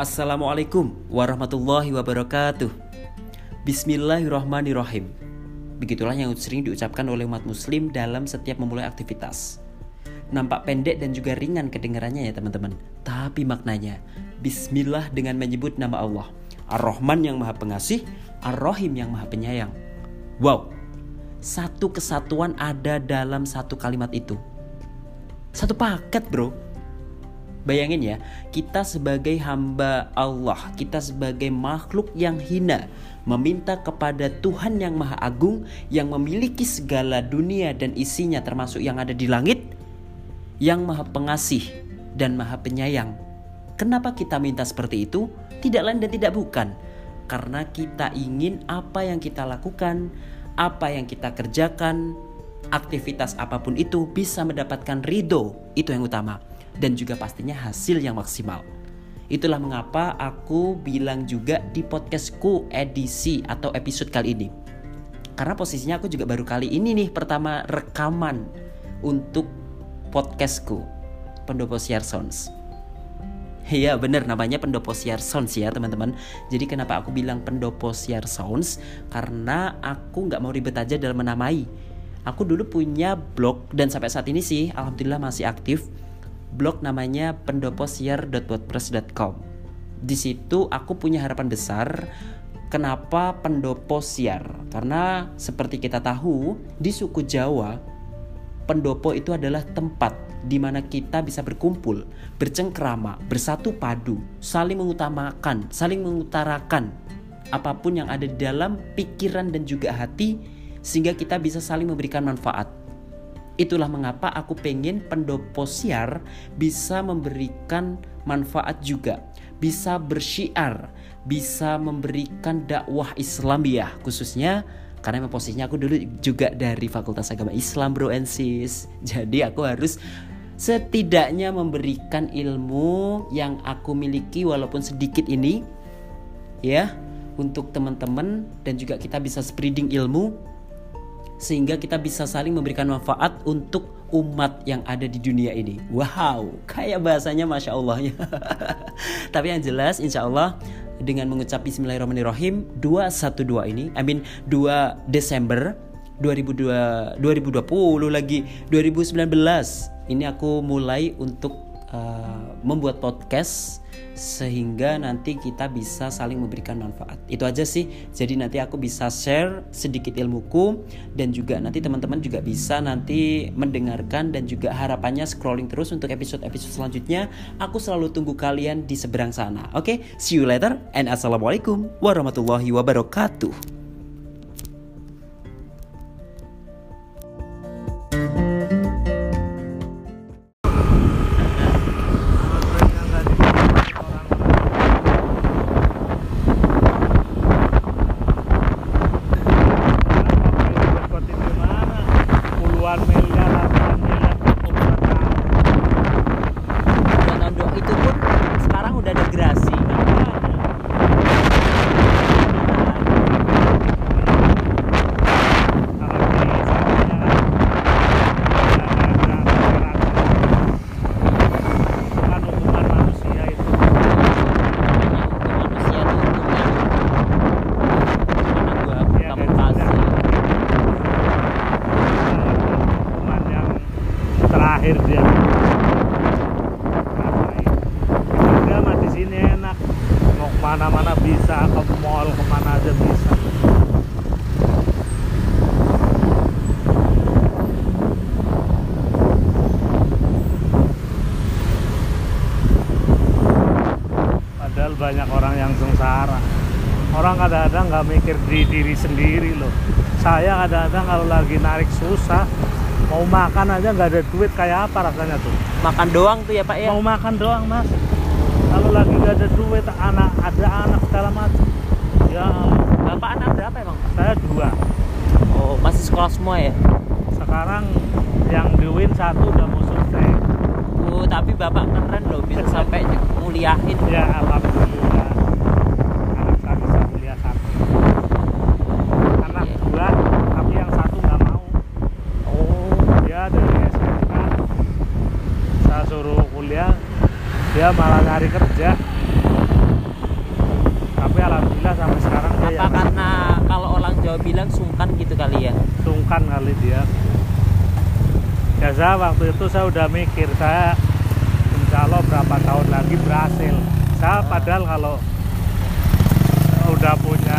Assalamualaikum warahmatullahi wabarakatuh. Bismillahirrahmanirrahim. Begitulah yang sering diucapkan oleh umat muslim dalam setiap memulai aktivitas. Nampak pendek dan juga ringan kedengarannya ya teman-teman, tapi maknanya Bismillah dengan menyebut nama Allah, Ar-Rahman yang maha pengasih, Ar-Rahim yang maha penyayang. Wow, satu kesatuan ada dalam satu kalimat itu. Satu paket bro. Bayangin ya, kita sebagai hamba Allah, kita sebagai makhluk yang hina, meminta kepada Tuhan yang maha agung, yang memiliki segala dunia dan isinya termasuk yang ada di langit, yang maha pengasih dan maha penyayang. Kenapa kita minta seperti itu? Tidak lain dan tidak bukan, karena kita ingin apa yang kita lakukan, apa yang kita kerjakan, aktivitas apapun itu bisa mendapatkan ridho, itu yang utama. Dan juga pastinya hasil yang maksimal. Itulah mengapa aku bilang juga di podcastku edisi atau episode kali ini. Karena posisinya aku juga baru kali ini nih pertama rekaman untuk podcastku Pendopo Siar Sounds. Iya bener, namanya Pendopo Siar Sounds ya teman-teman. Jadi kenapa aku bilang Pendopo Siar Sounds? Karena aku gak mau ribet aja dalam menamai. Aku dulu punya blog dan sampai saat ini sih alhamdulillah masih aktif. Blog namanya pendoposiar.wordpress.com. Di situ aku punya harapan besar. Kenapa Pendopo Siar? Karena seperti kita tahu, di suku Jawa, pendopo itu adalah tempat di mana kita bisa berkumpul, bercengkrama, bersatu padu, saling mengutamakan, saling mengutarakan apapun yang ada di dalam pikiran dan juga hati, sehingga kita bisa saling memberikan manfaat. Itulah mengapa aku pengen Pendopo Siar bisa memberikan manfaat juga, bisa bersyiar, bisa memberikan dakwah Islamiyah khususnya karena memang posisinya aku dulu juga dari Fakultas Agama Islam bro and sis. Jadi aku harus setidaknya memberikan ilmu yang aku miliki walaupun sedikit ini ya, untuk teman-teman dan juga kita bisa spreading ilmu sehingga kita bisa saling memberikan manfaat untuk umat yang ada di dunia ini. Wow, kayak bahasanya Masya Allah ya. Tapi yang jelas insya Allah dengan mengucap Bismillahirrahmanirrahim 212 ini, 2 Desember 2020 lagi 2019 ini aku mulai untuk membuat podcast sehingga nanti kita bisa saling memberikan manfaat. Itu aja sih. Jadi nanti aku bisa share sedikit ilmuku dan juga nanti teman-teman juga bisa nanti mendengarkan dan juga harapannya scrolling terus untuk episode-episode selanjutnya. Aku selalu tunggu kalian di seberang sana. Oke, see you later and assalamualaikum warahmatullahi wabarakatuh. Terakhir dia harga mah di sini enak, mau kemana-mana bisa, ke mall kemana aja bisa. Padahal banyak orang yang sengsara. Orang kadang-kadang nggak mikir di diri sendiri loh. Saya kadang-kadang kalau lagi narik susah, mau makan aja nggak ada duit, kayak apa rasanya tuh? Makan doang tuh ya Pak ya? Mau makan doang mas. Kalau lagi nggak ada duit, ada anak segala macam. Ya. Bapak anak berapa emang? Saya 2. Oh masih sekolah semua ya? Sekarang yang di UIN 1 udah mau selesai. Oh tapi Bapak keren loh bisa sampai nguliahin. Ya alhamdulillah. Anak saya bisa kuliah 1. Anak 2 tapi yang 1 nggak mau. Oh Dia dari SMK saya suruh kuliah, dia malah nyari kerja. Tapi alhamdulillah sampai sekarang dia Apa karena kalau orang Jawa bilang sungkan gitu kali ya? sungkan kali dia. Biasa waktu itu saya udah mikir, saya insya Allah berapa tahun lagi berhasil. Saya padahal kalau udah punya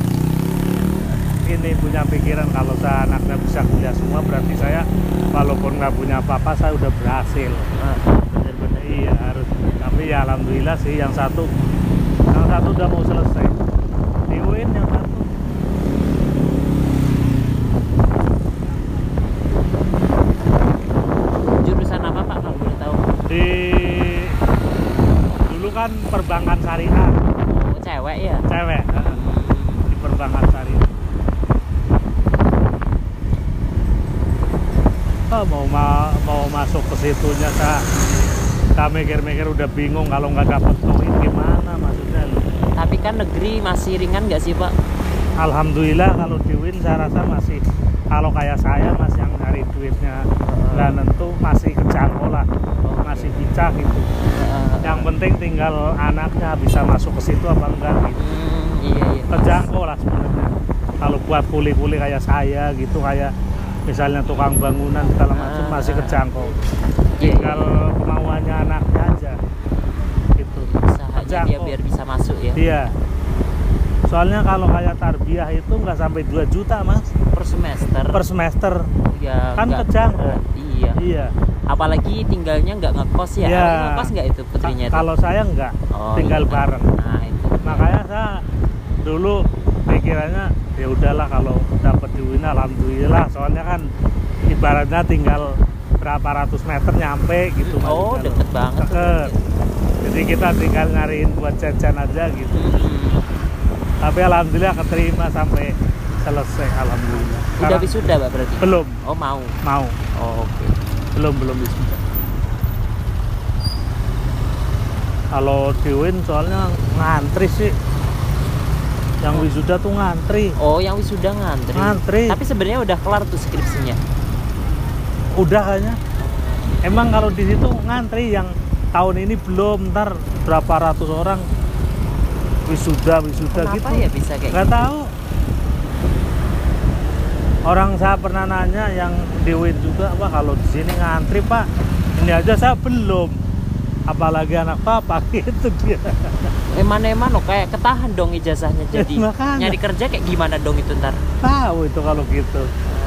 pikiran kalau saya anaknya bisa kuliah semua, berarti saya walaupun nggak punya apa-apa saya udah berhasil. Bener-bener. Iya harus. Tapi ya alhamdulillah sih yang satu udah mau selesai. Di UIN yang satu. Jurusan apa Pak kalau boleh tahu? Dulu kan perbankan syariah, Oh, cewek ya? cewek. Di perbankan syariah. Mau masuk ke situnya saya mikir-mikir udah bingung kalau nggak dapet UIN gimana maksudnya. Tapi kan negeri masih ringan nggak sih Pak? Alhamdulillah kalau di UIN saya rasa masih, kalau kayak saya mas yang nyari duitnya dan tentu masih kejangkau lah, masih bisa gitu. Yang penting tinggal anaknya bisa masuk ke situ apa enggak gitu. Iya. Kejangkau lah sebenarnya. Kalau buat kuli-kuli kayak saya gitu, kayak misalnya tukang bangunan segala macam masih kejangkau. Tinggal kemauannya anaknya aja gitu. Usahanya dia biar bisa masuk ya. Iya. Soalnya kalau kayak tarbiyah itu nggak sampai 2 juta mas Per semester. per semester. Ya, Kan nggak kejangkau. berat. Iya. Iya. Apalagi tinggalnya nggak ngekos ya. Iya. Harus ngekos nggak itu putrinya itu? Kalau saya nggak, Oh, tinggal iya. bareng. Nah itu. Makanya saya dulu pikirannya ya udahlah kalau dapat di UIN alhamdulillah, soalnya kan ibaratnya tinggal berapa ratus meter nyampe gitu. Oh, Mas. deket banget. Deket. Jadi kita tinggal nyariin buat jajan aja gitu. Tapi alhamdulillah keterima sampai selesai, alhamdulillah. Udah Sekarang wisuda Pak berarti? belum Oh mau. Oh, oke. belum wisuda. Kalau di UIN soalnya ngantri sih. Yang wisuda tuh ngantri. Oh, yang wisuda ngantri. Ngantri. Tapi sebenarnya udah kelar tuh skripsinya. Udah kayaknya. Emang kalau di situ ngantri, yang tahun ini belum, ntar berapa ratus orang wisuda Kenapa gitu. ya bisa kayak Nggak gitu? tahu. Orang saya pernah nanya yang di UIN juga, Pak kalau di sini ngantri Pak, ini aja saya belum, apalagi anak papa gitu dia. Eman-eman loh, kayak ketahan dong ijazahnya jadi. Makanya. Nyari kerja kayak gimana dong itu ntar? Tahu itu kalau gitu.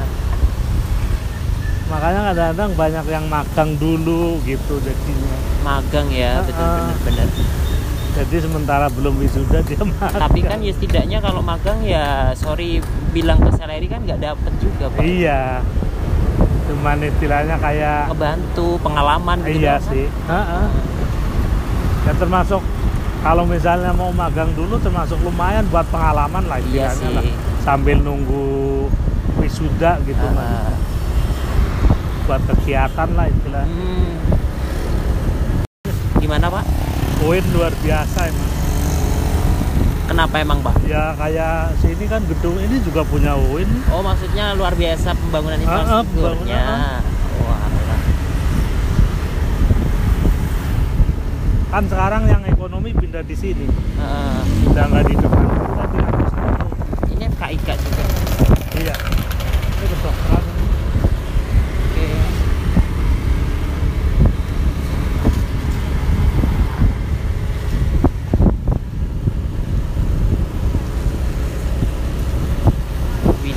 Makanya kadang-kadang banyak yang magang dulu gitu jadinya. Magang ya, betul bener. Jadi sementara belum wisuda dia magang. Tapi kan ya setidaknya kalau magang ya sorry bilang ke salary kan nggak dapet juga Pak. Iya. Cuman istilahnya kayak Ngebantu pengalaman gitu. iya kan? sih. Ya termasuk kalau misalnya mau magang dulu termasuk lumayan buat pengalaman lah Iya istilahnya sih. lah. Sambil nunggu wisuda gitu Mas. Buat kegiatan lah istilahnya. Gimana Pak? UIN luar biasa emang. Kenapa emang Pak? Ya kayak sini kan gedung ini juga punya UIN. Oh maksudnya luar biasa pembangunan infrastrukturnya. Wah. Kan sekarang yang ekonomi pindah di sini. Heeh. Pindah nggak di depan. Tapi harus Ini KIK juga. iya. Ini kedokteran. Oke. Win.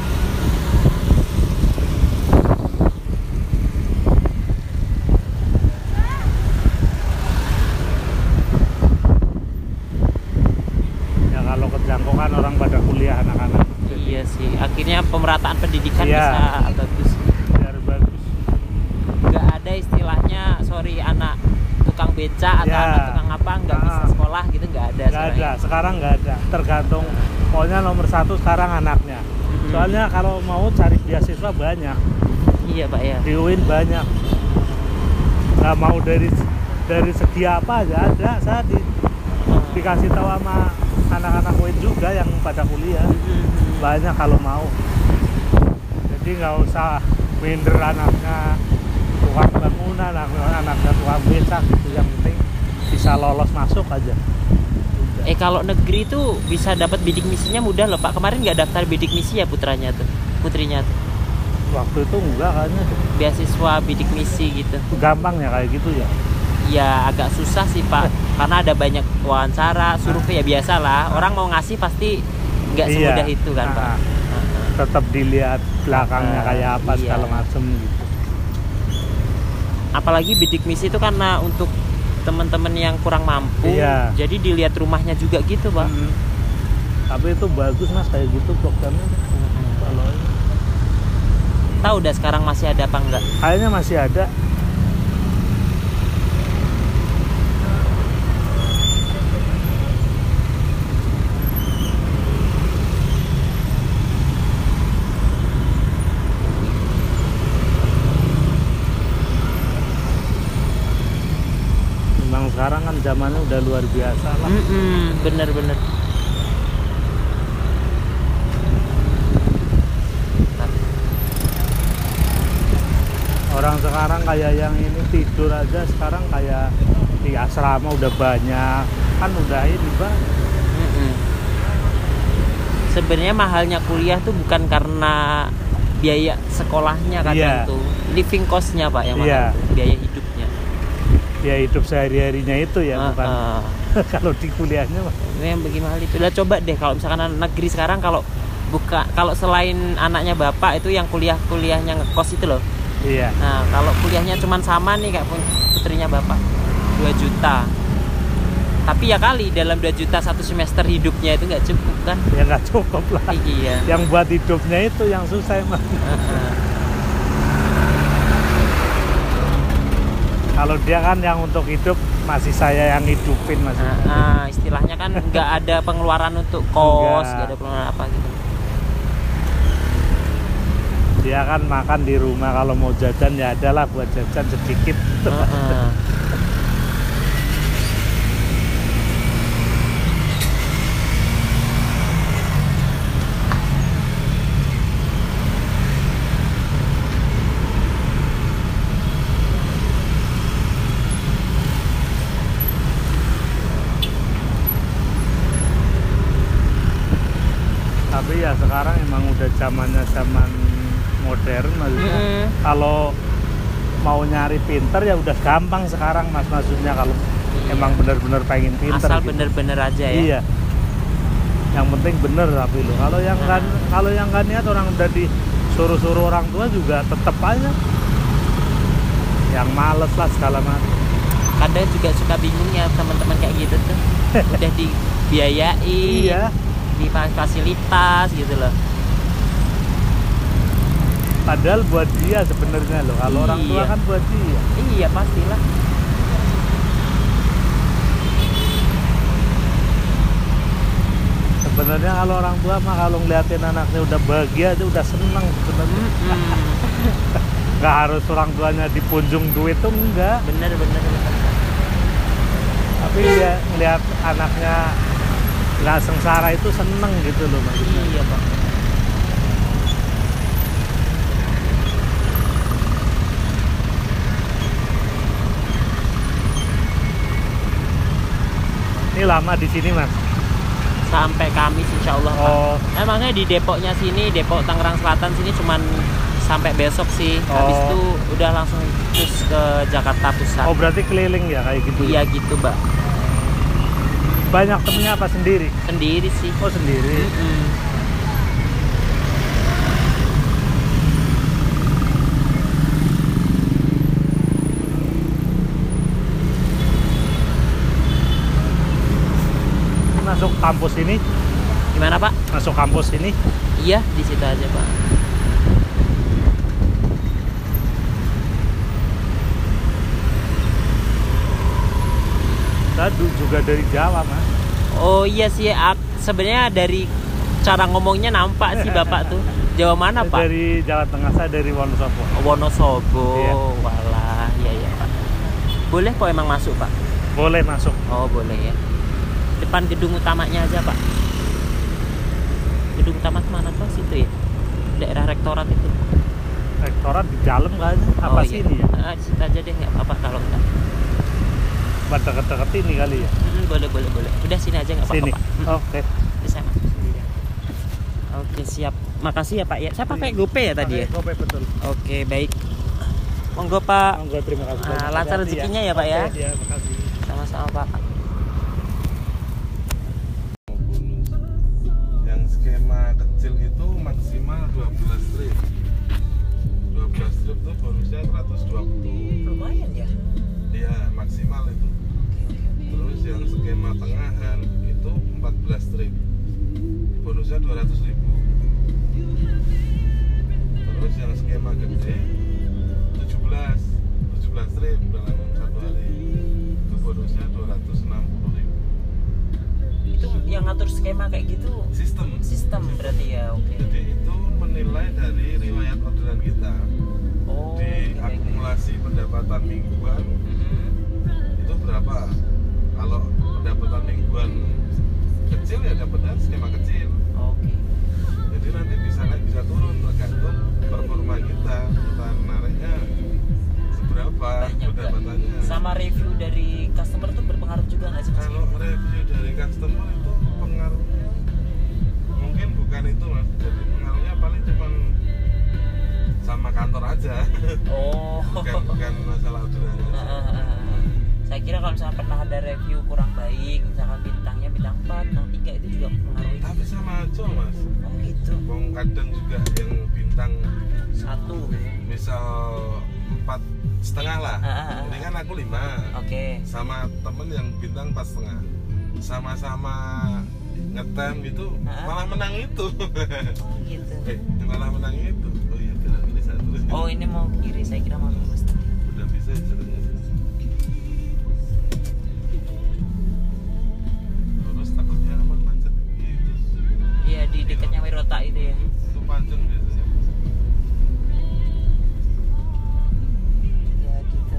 Ya kalau kejangkau kan orang pada kuliah anak-anak. Iya sih. Akhirnya pemerataan pendidikan Iya. bisa bagus. Biar bagus. Nggak ada istilahnya sorry anak tukang beca atau Ya. anak tukang apa nggak bisa sekolah gitu nggak ada. Nggak ada, sekarang nggak ada. Tergantung. Pokoknya nomor 1 sekarang anaknya. Soalnya kalau mau cari beasiswa banyak. Iya Pak ya. Di UIN banyak. Nggak mau dari segi apa aja ada. Saya dikasih tahu sama anak-anak UIN juga yang pada kuliah. Banyak kalau mau. Jadi nggak usah minder anaknya tukang bangunan, anaknya tukang becak gitu. Yang penting bisa lolos masuk aja. Udah. Kalau negeri tuh bisa dapat bidik misinya mudah loh Pak. Kemarin nggak daftar bidik misi ya putrinya tuh? Waktu itu enggak kayaknya. Beasiswa bidik misi gitu. Gampang ya kayak gitu ya? Ya agak susah sih Pak, karena ada banyak wawancara, survei ya biasa lah. Orang mau ngasih pasti nggak semudah itu kan Pak. Tetap dilihat belakangnya kayak apa segala macem gitu. Apalagi bidik misi itu karena untuk teman-teman yang kurang mampu, jadi dilihat rumahnya juga gitu Pak. Tapi itu bagus Mas kayak gitu programnya. Kalau tahu udah sekarang masih ada apa enggak? Kayaknya masih ada. Memang sekarang kan zamannya udah luar biasa lah. Bener-bener. Orang sekarang kayak yang ini tidur aja sekarang kayak di asrama udah banyak kan, udah ini Bang. Sebenarnya mahalnya kuliah tuh bukan karena biaya sekolahnya kadang tuh, living cost-nya Pak yang mahal tuh, biaya hidupnya. Biaya hidup sehari-harinya itu ya bukan. Kalau di kuliahnya Pak. Yang bagaimana itu? Lah coba deh kalau misalkan anak negeri sekarang kalau selain anaknya bapak itu yang kuliahnya ngekos itu loh. Iya. Nah, kalau kuliahnya cuma sama nih kayak putrinya bapak 2 juta. Tapi ya kali dalam 2 juta satu semester hidupnya itu nggak cukup kan? Ya nggak cukup lah. Iya. Yang buat hidupnya itu yang susah emang. Kalau dia kan yang untuk hidup masih saya yang hidupin maksudnya. Istilahnya kan nggak ada pengeluaran untuk kos, nggak ada pengeluaran apa gitu. Dia kan makan di rumah, kalau mau jajan ya adalah buat jajan sedikit. Tapi ya sekarang emang udah zamannya zaman modern maksudnya. Kalau mau nyari pinter ya udah gampang sekarang Mas, maksudnya kalau emang bener-bener pengen pinter. Asal gitu. bener-bener aja ya. Iya. Yang penting bener tapi lo. Kalau yang nggak niat, orang udah disuruh-suruh orang tua juga tetep aja. Yang males lah segala macam. Kadang juga suka bingung ya teman-teman kayak gitu tuh. Udah dibiayain. Di fasilitas gitu loh. Padahal buat dia sebenarnya loh. Kalau orang tua kan buat dia. Iya pastilah. Sebenarnya kalau orang tua mah kalau ngeliatin anaknya udah bahagia aja udah seneng sebenarnya. Nggak harus orang tuanya dipunjung duit tuh enggak. Bener. Tapi ya ngeliat anaknya nggak sengsara itu seneng gitu loh maksudnya. Iya Pak. Ini lama di sini Mas? Sampai Kamis insya Allah Pak. Emangnya di Depoknya sini, Depok Tangerang Selatan sini cuman sampai besok sih. Habis itu udah langsung terus ke Jakarta Pusat. Oh berarti keliling ya kayak gitu? Iya gitu Mbak. Banyak temennya apa sendiri? Sendiri sih. Oh sendiri. Masuk kampus ini? Gimana Pak? Masuk kampus ini? Iya di situ aja Pak. Saya juga dari Jawa Mas. Oh iya sih, sebenarnya dari cara ngomongnya nampak sih Bapak tuh. Jawa mana Pak? Dari Jawa Tengah, saya dari Wonosobo. Wonosobo, walah, iya Pak. Boleh kok emang masuk Pak? Boleh masuk. Oh boleh ya. Depan gedung utamanya aja Pak. Gedung utama mana tuh situ ya? Daerah rektorat itu. Rektorat di dalam kan? Apa sini ya? Di situ aja deh, nggak apa-apa kalau enggak. Apa deket-deket ini kali ya? Boleh. Udah sini aja nggak Sini. apa-apa, Pak. Oke. Di sana. Oke, siap. Makasih ya Pak ya. Saya pakai GoPay ya tadi ya? GoPay betul. Oke, baik. Monggo Pak. Monggo, terima kasih banyak. Lancar Hati-hati rezekinya ya Pak ya. Oke, ya, makasih. Sama-sama Pak. Bonus. Yang skema kecil itu maksimal 12 strip. 12 strip tuh bonusnya 120. Lumayan ya. Iya, maksimal itu. Terus yang skema tengahan itu 14 strip. Bonusnya 200.000. Terus yang skema gede 17 strip dalam satu hari. Itu bonusnya 260.000. Itu yang ngatur skema kayak gitu Sistem berarti ya. Oke. Jadi itu menilai dari riwayat orderan kita. Oh, Di baik. akumulasi pendapatan mingguan itu berapa? Kalau pendapatan mingguan kecil ya dapatnya skema kecil. Oke. Jadi nanti bisa naik bisa turun tergantung performa kita nariknya seberapa Banyak nggak? pendapatannya. Sama review dari customer tuh berpengaruh juga nggak sih Mas? Kalau review dari customer itu pengaruhnya mungkin bukan itu Mas. Jadi pengaruhnya paling cuma sama kantor aja. Oh. bukan masalah orderan aja. Saya kira kalau misalnya pernah ada review kurang baik, misalkan bintangnya bintang 4, bintang 3 itu juga mempengaruhi. Tapi sama aja Mas. Oh gitu. Wong kadang juga yang bintang 1 gitu. misal 4,5 lah. Ini kan aku 5. Oke. Sama temen yang bintang 4,5. Sama-sama ngetem itu malah menang itu. Oh gitu. Malah menang itu. Oh iya, belok ini satu. Oh ini mau kiri, saya kira mau lurus tadi. Udah bisa sebenarnya. Terus takutnya aman macet gitu. Iya di dekatnya Wirota itu ya. Itu panjang biasanya. Ya gitu.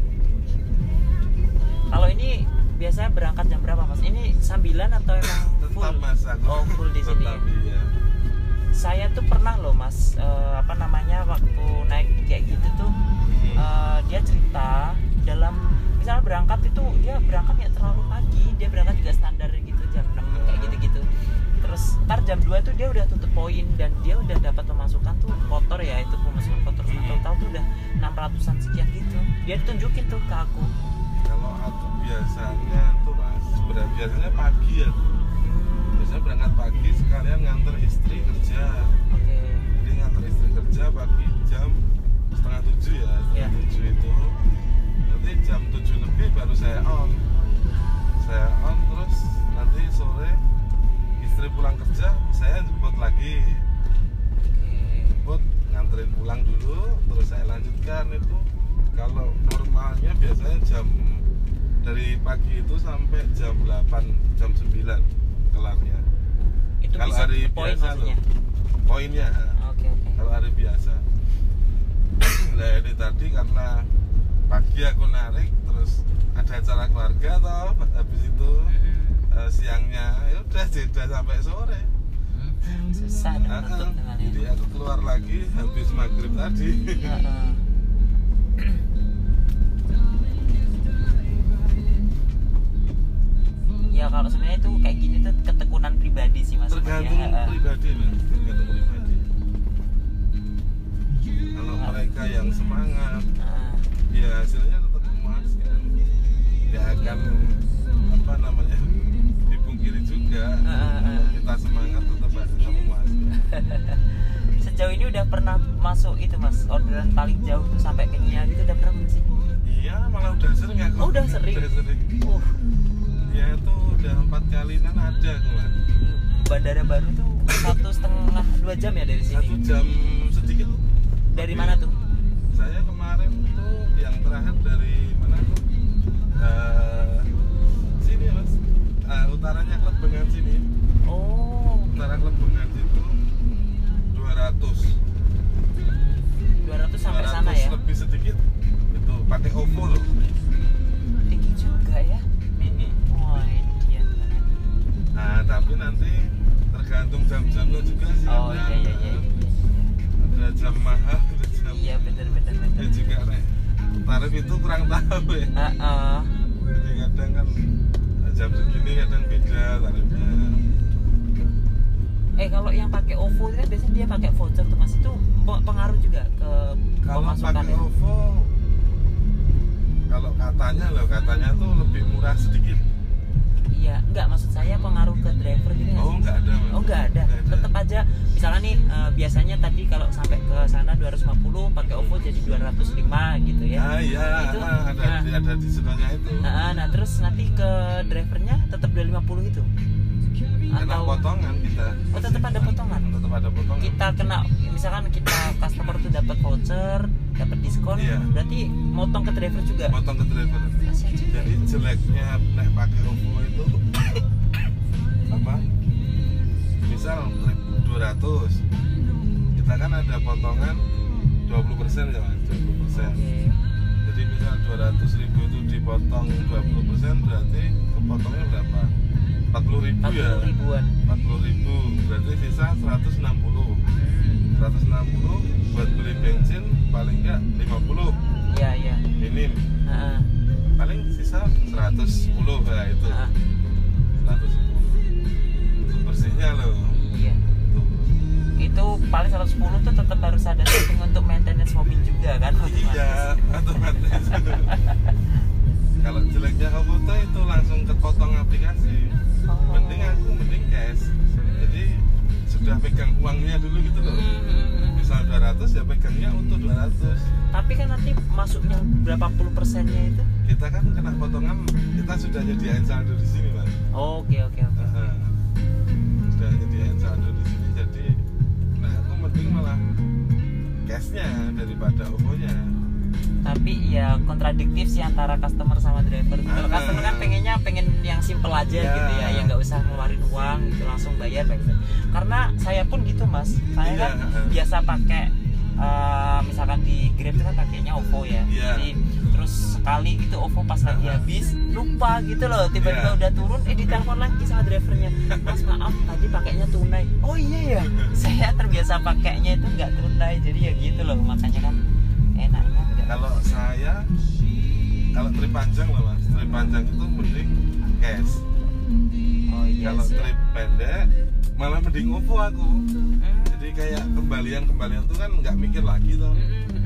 Kalau ini biasanya berangkat jam berapa Mas? Ini sambilan atau emang full? Tetap Mas aku. Oh full di sini. Tetap, iya. Saya tuh pernah loh Mas, waktu naik kayak gitu tuh dia cerita dalam misalnya berangkat itu dia berangkat nggak terlalu pagi, dia berangkat juga standar gitu jam 6 kayak gitu-gitu. Terus ntar jam 2 tuh dia udah tutup poin dan dia udah dapat pemasukan tuh kotor ya, itu pemasukan kotor total tuh udah 600-an sekian gitu. Dia tunjukin tuh ke aku. Kalau aku biasanya tuh Mas, biasanya pagi ya. Biasanya berangkat pagi sekalian nganter istri kerja. Oke. Jadi nganter istri kerja pagi jam 6:30 ya. Iya. 7 itu. Nanti jam 7 lebih baru saya on. Terus nanti sore istri pulang kerja, saya jemput lagi. Jemput, nganterin pulang dulu, terus saya lanjutkan itu. Kalau normalnya biasanya dari pagi itu sampai jam 8, jam 9 kelarnya. Itu Kalau bisa hari poin biasa maksudnya. Poinnya. Oke. Kalau hari biasa. Nah ini tadi karena pagi aku narik, terus ada acara keluarga toh, habis itu siangnya ya udah jeda sampai sore. Susah dong nutup dengan Jadi ini. aku keluar lagi habis maghrib tadi. Ya kalau sebenarnya itu kayak gini tuh ketekunan pribadi sih Mas. Tergantung Ya, pribadi Mas, tergantung pribadi. Kalau mereka yang semangat, ya hasilnya tetap memuaskan. Gak akan dipungkiri juga. Kalau kita semangat tetap hasilnya memuaskan. Sejauh ini udah pernah masuk itu Mas, orderan paling jauh tuh sampai Kenya gitu udah pernah belum sih? Iya, malah udah sering aku. Oh, udah sering? Udah sering. Ya itu udah 4 kalian ada aku Mas. Bandara baru tuh 1,5-2 jam ya dari sini. 1 jam sedikit. Dari mana tuh? Saya kemarin tuh yang terakhir dari mana tuh? Sini Mas. Utaranya Klub Bengan sini. Oh, Utara Klub Bengan itu 200 sampai sana ya? lebih sedikit. Itu pakai OVO loh. Tinggi juga ya? Oh iya. Nah, tapi nanti tergantung jam-jamnya juga sih. Oh ada. iya. Ada jam mahal, ada jam. Iya bener. Ya juga tarif itu kurang tahu ya. Jadi jam segini kadang beda tarifnya. Kalau yang pakai OVO itu kan biasanya dia pakai voucher tuh Mas, itu pengaruh juga ke Kalau pemasukan pakai OVO, kalau katanya tuh lebih murah sedikit. Iya, enggak, maksud saya pengaruh ke driver gitu nggak Oh sih? nggak ada Mas. Oh nggak ada. Tetap aja misalnya nih biasanya tadi kalau sampai ke sana 250 pakai OVO jadi 205 gitu ya. Ah iya, Itu, ada diskonnya itu. Nah terus nanti ke drivernya tetap 250 itu. Kena potongan kita. Oh tetap ada potongan. Tetap ada potongan. Kita kena misalkan kita customer tuh dapat voucher, dapat diskon, Iya. berarti motong ke driver juga. Potong ke driver. Kasihan juga. Jadi jeleknya naik pakai OVO itu apa? Misal trip 200, kita kan ada potongan 20% ya Mas, 20%. Oke. Jadi misal 200.000 itu dipotong 20%, berarti kepotongnya berapa? 40.000 ya. 40 ribuan. 40.000 berarti sisa 160. 160 buat beli bensin paling enggak 50. Iya iya. Minim. Heeh. Paling sisa 110 ya itu. 110. Itu bersihnya loh. Iya. Tuh. Itu paling 110 tuh tetap harus ada setting untuk maintenance mobil juga kan otomatis. Iya, otomatis. Kalau jeleknya Ovoto itu langsung kepotong aplikasi. Mending cash. Jadi sudah pegang uangnya dulu gitu loh. Misal 200 ya pegangnya untuk 200. Tapi kan nanti masuknya berapa puluh persennya itu? Kita kan kena potongan, kita sudah nyediain saldo di sini, Mas. Oke. Sudah nyediain saldo di sini, jadi nah aku mending malah cashnya daripada OVO-nya. Tapi ya kontradiktif sih antara customer sama driver. Kalau customer kan pengen yang simple aja gitu ya, yang nggak usah ngeluarin uang gitu, langsung bayar. Karena saya pun gitu Mas, saya kan biasa pakai misalkan di Grab itu kan pakainya OVO ya. Jadi terus sekali gitu OVO pas lagi habis lupa gitu loh, tiba-tiba udah turun ditelepon lagi sama drivernya, Mas maaf tadi pakainya tunai. Oh iya ya, saya terbiasa pakainya itu nggak tunai, jadi ya gitu loh, makanya kan enaknya. Kalau saya kalau trip panjang loh Mas, trip panjang itu mending cash. Oh iya. Kalau trip pendek malah mending OVO aku. Jadi kayak kembalian tuh kan nggak mikir lagi tuh.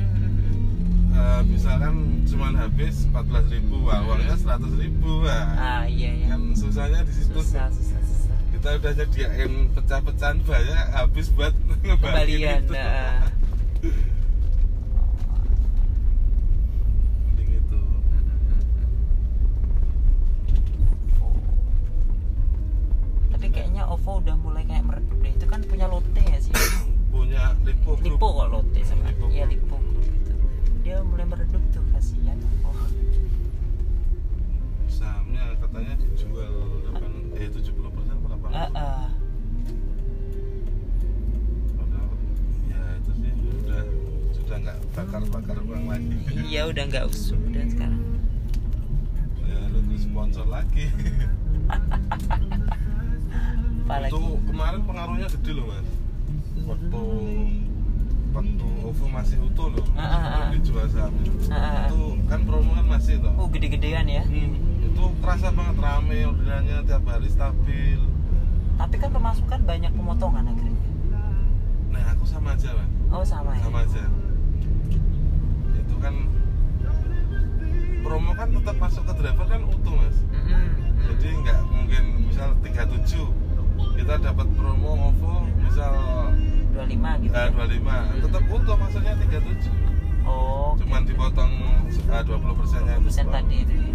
Misalkan cuma habis 14.000, uangnya 100.000. Iya. Kan susahnya di situ. Susah. Kita udah nyediain pecah-pecahan banyak, habis buat Kembalian. Mending itu. Tapi kayaknya OVO udah mulai kayak meredup deh. Itu kan punya Lotte ya sih? Punya Lipo Group. Lipo kok Lotte sama. Lipo Iya Group. Lipo Group gitu. Dia mulai meredup tuh, kasihan OVO. Sahamnya katanya dijual 70% berapa? Padahal ya itu sih sudah nggak bakar uang lagi. Iya udah nggak usum dan sekarang. Ya lu sponsor lagi. Apalagi. Itu kemarin pengaruhnya gede loh Mas. Waktu OVO masih utuh loh, belum dijual sahamnya. Itu kan promo kan masih toh. Gede-gedean ya. Itu terasa banget rame, orderannya tiap hari stabil. Tapi kan pemasukan banyak pemotongan akhirnya. Nah aku sama aja Mas. Oh sama ya. Sama aja. Itu kan promo kan tetap masuk ke driver kan utuh Mas. Jadi nggak mungkin misal 37 kita dapat promo OVO misal 25 gitu ya. 25 tetap utuh maksudnya 37. Oh. Cuman dipotong 20%-nya itu. Persen tadi itu. Ya.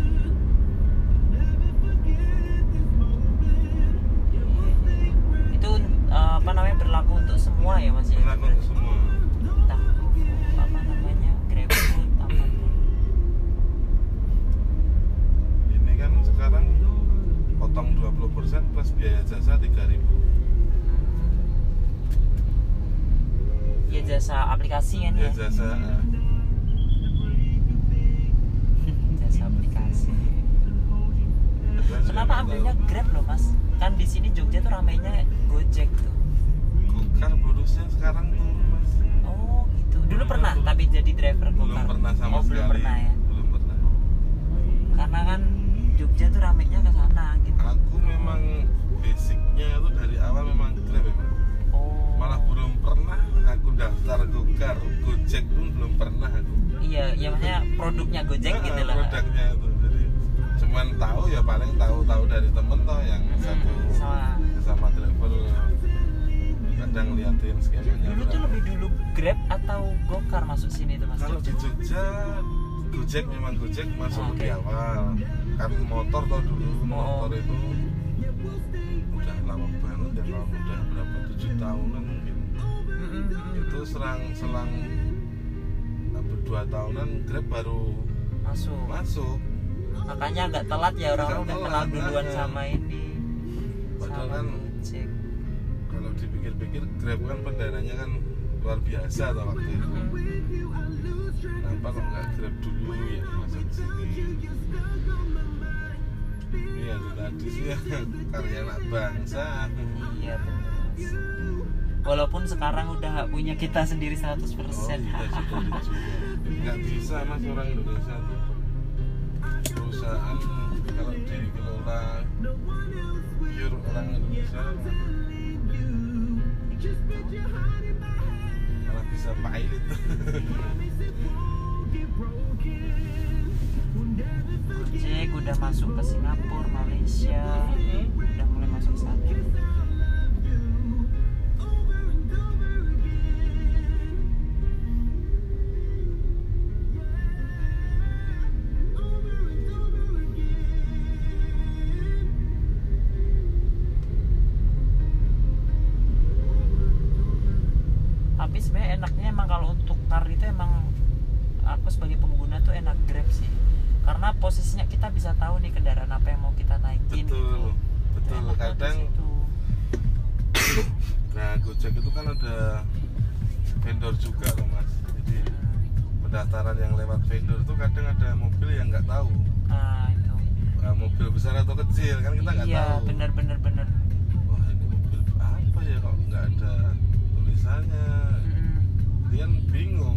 Itu apa namanya berlaku untuk semua ya Mas ya? Berlaku untuk semua. Entah apa namanya GrabFood apapun. Ini kan sekarang potong 20% plus biaya jasa 3.000. Ya jasa aplikasi kan ya? Jasa Jasa aplikasi. Kenapa ambilnya Grab loh Mas? Kan di sini Jogja tuh ramainya Gojek tuh. Gokar bonusnya sekarang turun Mas. Oh gitu. Dulu pernah tapi jadi driver Belum Gokar. pernah sama sekali. Belum pernah ya. Belum pernah. Karena kan Jogja tuh ramainya ke sana gitu. Aku memang basicnya itu dari awal memang Grab ya, Pak. Oh. Malah belum pernah aku daftar Gokar, Gojek pun belum pernah aku. Iya, ya maksudnya produknya Gojek gitu lah. Produknya itu, jadi cuman tahu ya paling tahu dari temen toh yang satu sama driver, kadang liatin skemanya. Dulu tuh lebih dulu Grab atau Gokar masuk sini tuh Mas? Kalau di Jogja Gojek memang Gojek masuk Oke. lebih awal. Kan motor toh dulu, motor itu udah lama banget ya, kalau udah berapa 7 tahunan mungkin. Itu selang 2 tahunan Grab baru masuk. Makanya agak telat ya, orang-orang udah kenal duluan sama ini. Padahal kan Gojek. kalau dipikir-pikir Grab kan pendananya kan luar biasa tuh waktu itu. Kenapa kok nggak Grab dulu ya masuk ke sini? Iya itu tadi sih ya, karya anak bangsa. Iya benar. Walaupun sekarang udah punya kita sendiri 100%. Oh, kita sudah dijual. Nggak bisa mas orang Indonesia tuh. Perusahaan kalau dikelola pure orang Indonesia malah bisa pilot. Gojek udah masuk ke Singapura, Malaysia, udah mulai masuk sana. Tapi sebenarnya enaknya emang kalau untuk car itu emang aku sebagai pengguna tuh enak Grab sih, karena posisinya kita bisa tahu nih kendaraan apa yang mau kita naikin. Betul, betul. Enak banget Kadang situ. nah Gojek itu kan ada vendor juga loh mas, jadi pendaftaran yang lewat vendor itu kadang ada mobil yang nggak tahu Itu mobil besar atau kecil kan kita nggak iya, tahu. bener. Wah ini mobil apa ya kok nggak ada tulisannya, jadi kan bingung.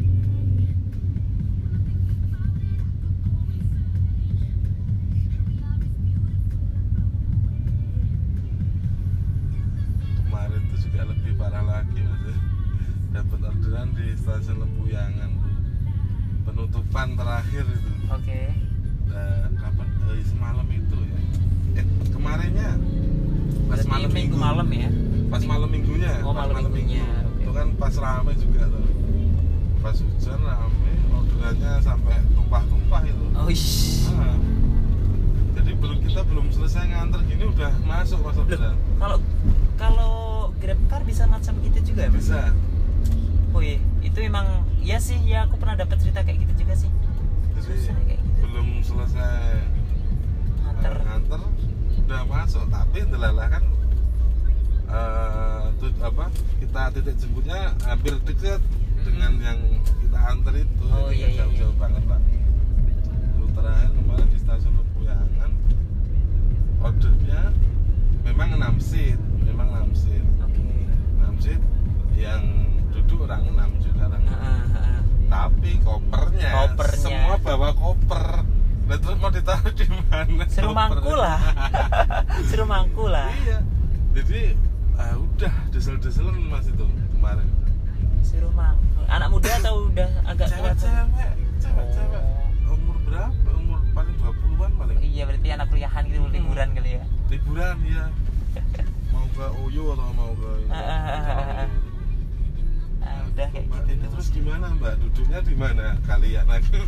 Kemarin tuh juga lebih parah lagi mas, dapat orderan di stasiun Lempuyangan, penutupan terakhir itu. Oke. Kapan? Semalam itu ya. Kemarinnya pas Berarti malam minggu malam ya. Pas malam minggunya. Oh, pas malam minggunya, oke. Itu kan pas rame juga tuh. Pas hujan rame, orderannya sampai tumpah-tumpah itu. Oh ish. Nah, jadi kita belum selesai nganter gini udah masuk mas orderan. Kalau GrabCar bisa macam gitu juga ya, Mas? Bisa. Oh iya, itu emang iya sih, ya aku pernah dapat cerita kayak gitu juga sih. Jadi Susah kayak gitu. belum selesai nganter udah masuk, tapi delalah kan kita titik jemputnya hampir deket dengan yang kita antar itu. Oh jadi iya, jauh-jauh banget pak. Lalu terakhir kemarin di stasiun Lempuyangan ordernya memang 6 seat, Oke. 6 seat yang duduk orang 6 juga orang. Tapi kopernya semua bawa koper. Nah, terus mau ditaruh di mana? Seru mangku lah. Seru mangku lah. Iya. Jadi udah desel-deselan mas itu kemarin. Seru mangku. Anak muda atau udah agak tua? Cewek. Umur berapa? Umur paling 20-an paling. Iya, berarti anak kuliahan gitu, liburan kali ya. Liburan ya. Mau ke Oyo atau mau ke Udah kayak Mbak, gitu. ini terus gimana mbak? Duduknya di mana kalian?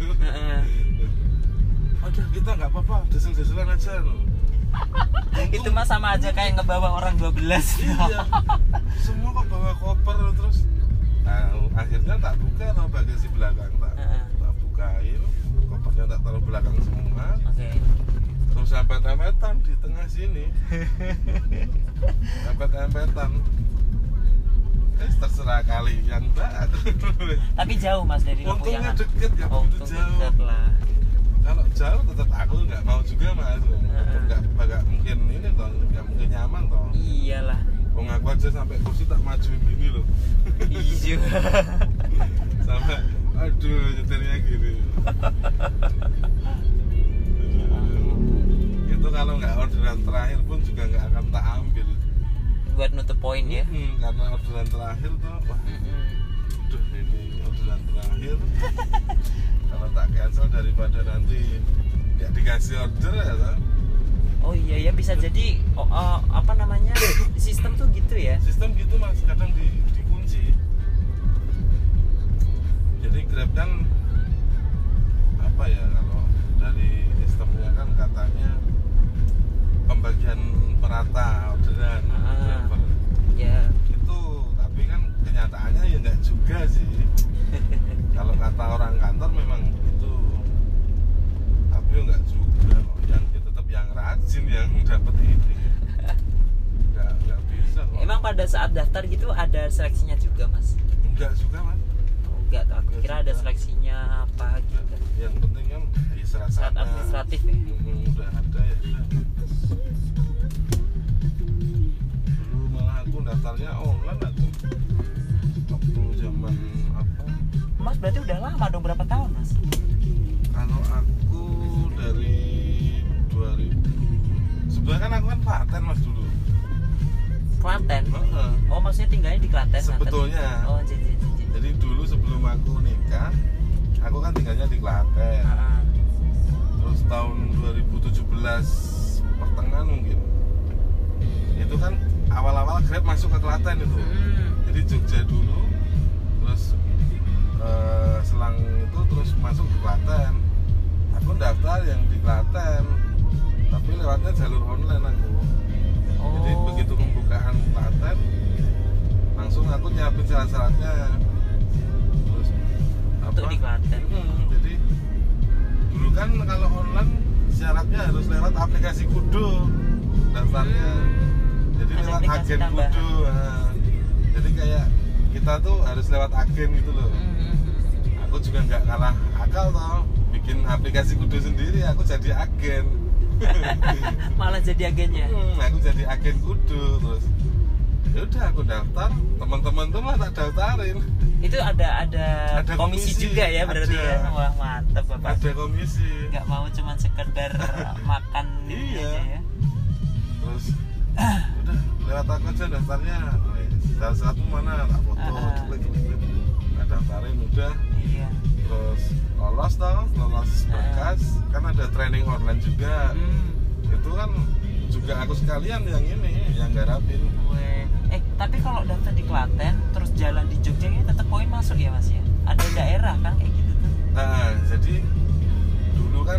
Udah kita nggak apa-apa, desel-deselan aja loh. Itu mah sama aja kayak ngebawa orang 12. Iya. Semua kok bawa koper terus. Akhirnya tak buka loh bagasi belakang tak bukain, kopernya tak taruh belakang semua. Oke. Terus empet-empetan di tengah sini. Empet-empetan. Terserah kalian mbak. Tapi jauh Mas dari Untungnya Lempuyangan. deket, nggak begitu Untung jauh. deket lah. Kalau jauh tetap aku nggak mau juga mas. Nggak mungkin ini toh, nggak mungkin nyaman toh. Iyalah. Wong aku aja sampai kursi tak majuin gini loh. Iya. Sampai aduh nyetirnya gini. Itu kalau nggak orderan orderan terakhir pun juga nggak akan tak ambil buat nutup poin ya. Karena orderan terakhir tuh wah duh ini orderan terakhir kalau tak cancel daripada nanti nggak dikasih order ya kan. Oh iya ya, bisa jadi apa namanya sistem tuh gitu ya. Sistem gitu mas, kadang dikunci. Jadi Grab kan apa ya, kalau dari sistemnya kan katanya pembagian merata orderan driver. Ya. Itu tapi kan kenyataannya ya enggak juga sih. Kalau kata orang kantor memang itu, tapi enggak juga. Yang tetap yang rajin yang dapat ini. Enggak bisa kok. Emang pada saat daftar gitu ada seleksinya juga mas? Enggak juga mas. Oh, enggak, aku kira ada seleksinya apa gitu. Yang penting kan ya Syarat administratif ya. Udah ada ya udah. Dulu malah aku daftarnya online aku. Waktu zaman apa? Mas berarti udah lama dong, berapa tahun mas? Kalau aku dari 2000. Sebenarnya kan aku kan Klaten mas dulu. Klaten? Oh maksudnya tinggalnya di Klaten? Sebetulnya. Oh jadi. Jadi dulu sebelum aku nikah, aku kan tinggalnya di Klaten. Terus tahun 2017 pertengahan mungkin, itu kan awal-awal Grab masuk ke Klaten itu. Jadi Jogja dulu, terus selang itu terus masuk ke Klaten. Aku daftar yang di Klaten, tapi lewatnya jalur online aku. Jadi begitu pembukaan Klaten, langsung aku nyiapin syarat-syaratnya. Terus untuk di Klaten. Jadi dulu kan kalau online syaratnya harus lewat aplikasi Kudo daftarnya. Jadi ada lewat agen tambahan. Kudo. Nah, jadi kayak kita tuh harus lewat agen gitu loh. Aku juga nggak kalah akal toh, bikin aplikasi Kudo sendiri. Aku jadi agen. Malah jadi agennya. Aku jadi agen Kudo. Terus ya udah aku daftar, teman-teman tuh malah tak daftarin. Itu ada komisi juga ya berarti ada. ya. Wah mantap bapak. Ada komisi. Nggak mau cuma sekedar makan ini Iya. aja ya. Terus udah lewat aku aja daftarnya. Satu mana tak foto, klik. Nah, daftarin udah. Iya. Terus lolos berkas. Kan ada training online juga. Itu kan juga aku sekalian yang garapin. Tapi kalau daftar di Klaten terus jalan di Jogja ini tetap poin masuk ya mas ya? Ada daerah kan kayak gitu tuh? Nah, jadi dulu kan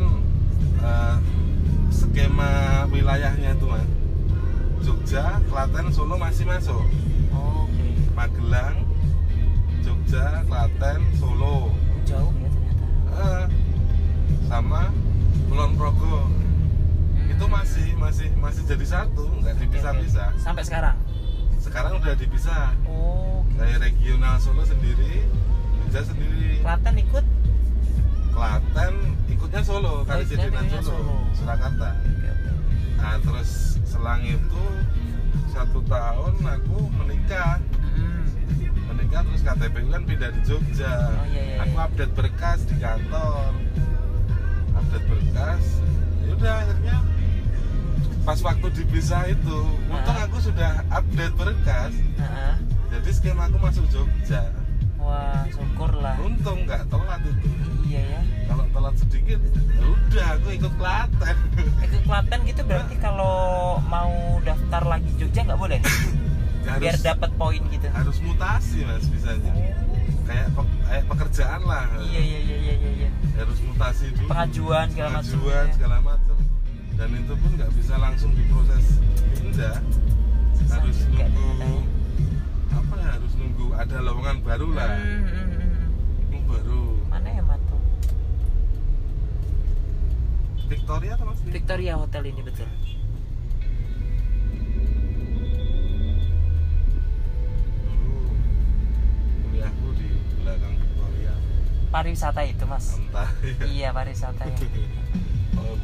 skema wilayahnya itu mas, Jogja, Klaten, Solo masih masuk. Oke. Magelang, Jogja, Klaten, Solo. Jauh ya ternyata. Sama Kulon Progo. Itu masih jadi satu, nggak dipisah-pisah. Sampai sekarang? Sekarang udah dipisah. Oh. Kayak regional Solo sendiri, Jogja sendiri. Klaten ikut? Klaten ikutnya Solo, kali Jadinan Solo, Surakarta. Nah terus selang itu 1 tahun aku menikah. Terus KTP kan pindah di Jogja. Iya. Aku update berkas di kantor. Update berkas. Ya udah akhirnya pas waktu dipisah itu, untung aku sudah update berkas. Jadi skema aku masuk Jogja. Wah, syukurlah. Untung nggak telat itu. Iya ya. Kalau telat sedikit, ya udah aku ikut Klaten. Ikut Klaten gitu berarti kalau mau daftar lagi Jogja nggak boleh? Biar dapat poin gitu. Harus mutasi mas bisanya. Kayak pekerjaan lah. Iya. Harus mutasi dulu. Pengajuan segala macam. Dan itu pun nggak bisa langsung diproses pindah. Harus nunggu harus nunggu ada lowongan baru lah. Baru. Mana ya tuh? Victoria atau mas? Victoria Hotel ini betul. Dulu kuliahku di belakang Victoria. Pariwisata itu mas? Entah. Iya pariwisata ya. Oh,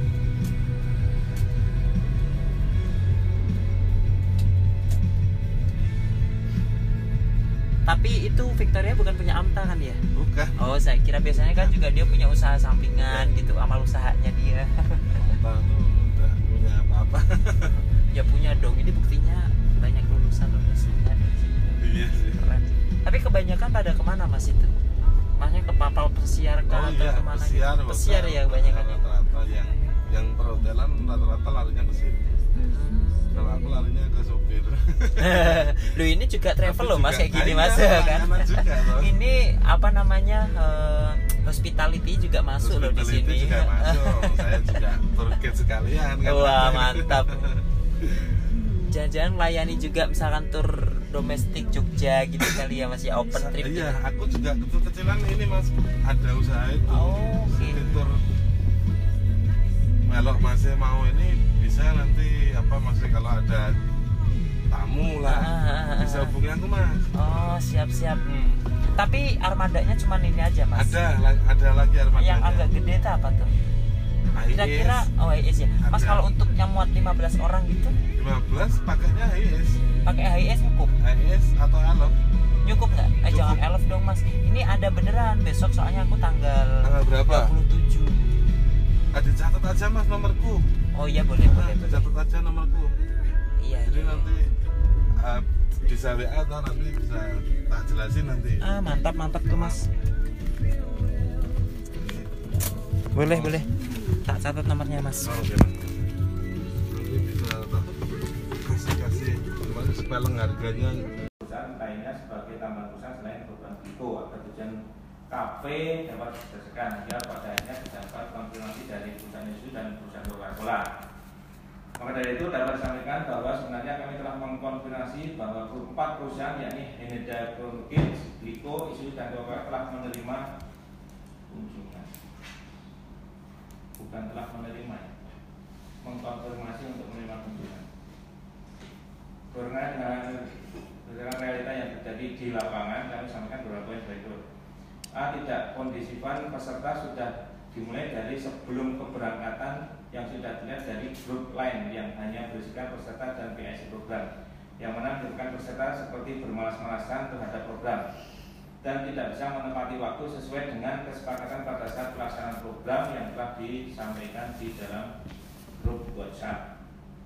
Tapi itu Victoria bukan punya Amta kan ya? bukan. Oh saya kira biasanya kan juga dia punya usaha sampingan gitu, amal usahanya dia. Amta tuh nggak punya apa-apa. mas itu? Masnya ke kapal pesiar kah atau iya, kemana pesiar, gitu? Pesiar ya banyak kan? Rata-rata yang perhotelan rata-rata larinya ke sini. Kalau aku larinya ke sopir. Loh ini juga travel loh mas kayak gini iya, mas kan? Juga, ini apa namanya hospitality juga masuk loh di sini. Juga masuk. Saya juga tour guide sekalian kan. Wah mantap. Jangan-jangan melayani juga misalkan tur domestik Jogja gitu kali ya mas ya, open trip gitu. Iya, aku juga kecil-kecilan ini mas, ada usaha itu. Oh, okay. Tur melok masih mau ini bisa nanti apa masih kalau ada tamu lah bisa hubungi aku mas. Oh siap-siap. Tapi armadanya cuma ini aja mas? Ada lagi armadanya. Yang agak gede itu apa tuh? Kira-kira HIS ya mas. Kalau untuk yang muat 15 orang gitu 15 pakainya HIS. Pakai HIS cukup? HIS atau Elf cukup nggak? Jangan Elf dong mas, ini ada beneran besok soalnya aku tanggal berapa? 27. Ada catat aja mas nomorku. Oh iya boleh. Catat aja nomorku. Iya. Jadi nanti bisa WA atau nanti bisa tak jelasin nanti. Mantap tuh mas. Boleh. Tak catat nomornya mas. Oh, iya. Nanti bisa kasih spelling harganya. Perusahaan lainnya sebagai tambahan perusahaan selain program Biko agar tujuan kafe dapat diselesaikan hingga pada akhirnya dapat konfirmasi dari perusahaan itu dan perusahaan Coca-Cola. Maka dari itu dapat disampaikan bahwa sebenarnya kami telah mengkonfirmasi bahwa 4 perusahaan yakni Haneda Kids, Biko, Isu dan Coca telah menerima kunjungan. Bukan telah menerima, mengkonfirmasi untuk menerima kunjungan. Berdasarkan realita yang terjadi di lapangan, kami sampaikan beberapa poin berikut. Tidak, kondisipan peserta sudah dimulai dari sebelum keberangkatan yang sudah dilihat dari grup lain yang hanya berisikan peserta dan PIC program, yang mana menyebutkan peserta seperti bermalas-malasan terhadap program dan tidak bisa menepati waktu sesuai dengan kesepakatan pada saat pelaksanaan program yang telah disampaikan di dalam grup WhatsApp.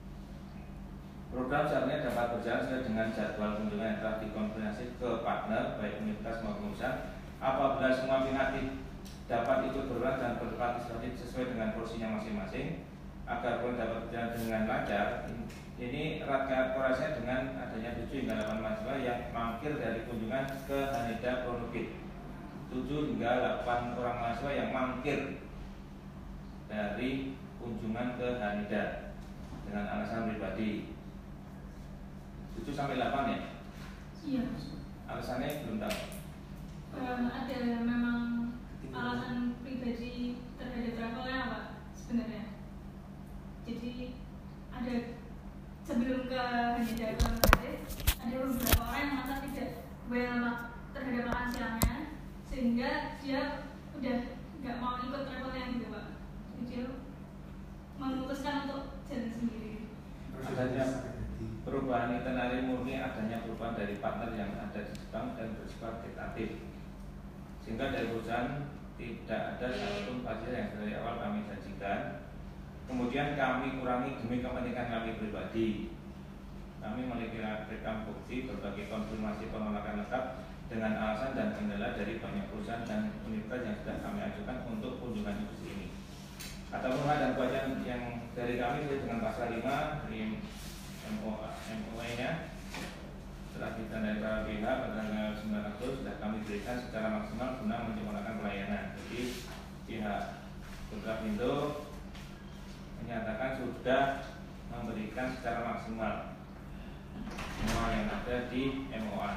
Program seharusnya dapat berjalan sesuai dengan jadwal kunjungan yang telah dikonfirmasi ke partner baik universitas maupun usaha. Apabila semua pihak dapat ikut berperan dan berpartisipasi sesuai dengan porsinya masing-masing agar program dapat berjalan dengan lancar. Ini erat korelasinya dengan adanya 7 hingga 8 mahasiswa yang mangkir dari kunjungan ke Haneda Pronugit. 7 hingga 8 orang mahasiswa yang mangkir dari kunjungan ke Haneda dengan alasan pribadi. 7 sampai 8 ya? Iya. Alasannya belum tahu. Ada memang alasan pribadi terhadap travelnya Pak sebenarnya. Jadi ada sebelum ke Haneda ada beberapa orang yang merasa tidak well terhadap makan siangnya sehingga dia udah nggak mau ikut travelnya gitu Pak. Jadi dia memutuskan untuk jalan sendiri. Adanya perubahan itinerary murni adanya perubahan dari partner yang ada di Jepang dan bersifat tentatif, sehingga dari perusahaan tidak ada satupun pasien yang dari awal kami janjikan. Kemudian kami kurangi demi kepentingan kami pribadi. Kami memiliki rekam bukti berbagai konfirmasi penolakan lengkap dengan alasan dan kendala dari banyak perusahaan dan universitas yang sudah kami ajukan untuk kunjungan diskusi ini. Atas nama dan kewajiban yang dari kami dengan pasal 5 di MOA-nya setelah ditandai para pihak pada tanggal 9 Agustus sudah kami berikan secara maksimal guna menyempurnakan pelayanan. Jadi pihak Kontrapindo menyatakan sudah memberikan secara maksimal semua yang ada di MOA.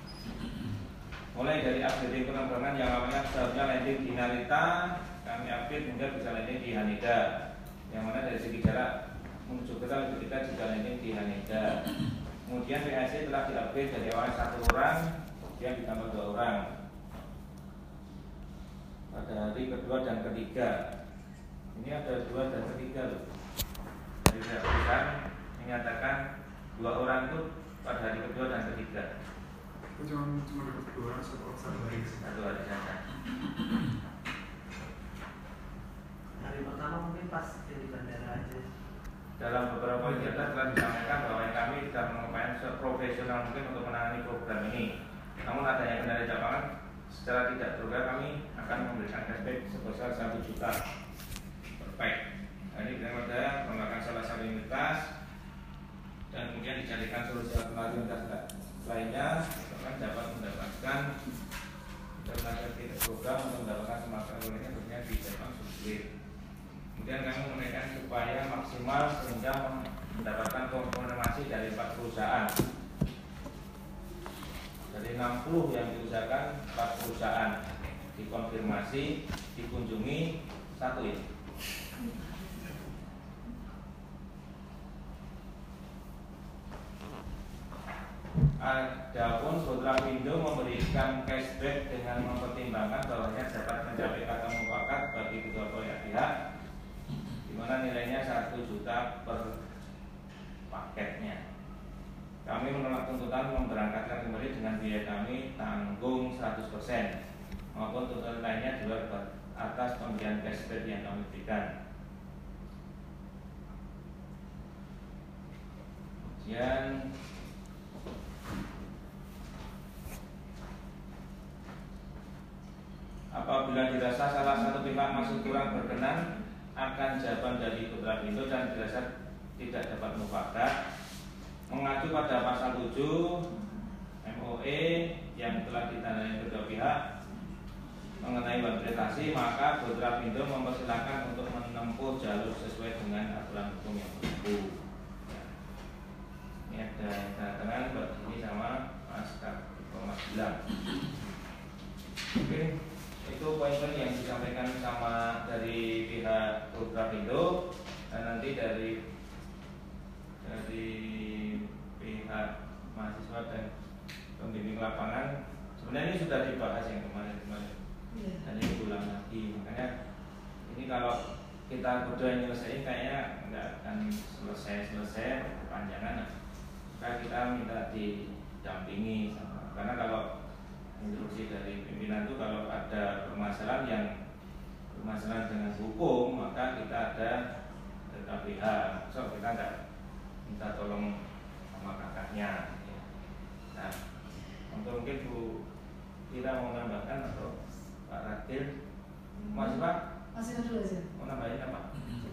Mulai dari updating penerbangan yang awalnya seharusnya landing di Narita, kami update hingga bisa landing di Haneda, yang mana dari segi jarak menuju kita juga landing di Haneda. Kemudian PIC telah diupdate dari awalnya 1 orang, kemudian ditambah 2 orang pada hari kedua dan ketiga. Ini ada 2 dan ketiga loh. Dari perusahaan menyatakan 2 orang itu pada hari kedua dan ketiga. Cuma dapat 2 orang, 1 hari saja. Hari pertama mungkin pas di bandara aja. Dalam beberapa kegiatan telah disampaikan bahwa kami sudah mengupayakan seprofesional mungkin untuk menangani program ini. Namun adanya kendala di lapangan secara tidak terduga kami akan memberikan cashback sebesar 1 juta per pack. Nah, ini daripada menggunakan salah satu universitas dan kemudian dijadikan solusi alternatif lainnya, akan dapat mendapatkan alternatif program untuk mendapatkan smartphone lainnya tentunya di Jepang sulit. Kemudian kami menaikkan supaya maksimal sehingga mendapatkan konfirmasi dari 4 perusahaan. Dari 60 yang diusahakan 4 perusahaan dikonfirmasi, dikunjungi 1 ya. Adapun Putrapindo memberikan cashback dengan mempertimbangkan bahwanya dapat mencapai kata mufakat bagi kedua belah pihak, di mana nilainya 1 juta per paketnya. Kami menolak tuntutan memberangkatkan kembali dengan biaya kami tanggung 100% maupun tuntutan lainnya di luar atas pemberian cashback yang kami berikan. Kemudian apabila dirasa salah satu pihak masih kurang berkenan akan jawaban dari Putrapindo dan dirasa tidak dapat mufakat, mengacu pada pasal 7 MOE yang telah ditandai kedua pihak mengenai prestasi, maka Putrapindo mempersilahkan untuk menempuh jalur sesuai dengan aturan hukum yang berlaku. Ini ada tangan buat ini sama Mas bilang. Oke. Itu poin-poin yang disampaikan sama dari pihak Putrapindo dan nanti dari pihak mahasiswa dan pembimbing lapangan. Sebenarnya ini sudah dibahas yang kemarin dan ini ulang lagi. Makanya ini kalau kita berdua nyelesain kayaknya nggak akan selesai kepanjangan. Maka kita minta didampingi sama, karena kalau instruksi dari pimpinan itu kalau ada permasalahan dengan hukum, maka kita ada KPH. So kita nggak minta tolong sama kakaknya. Nah, untuk mungkin Bu Tira mau menambahkan atau Pak Radil, masih Pak? Masih dulu aja. Mau nambahin apa?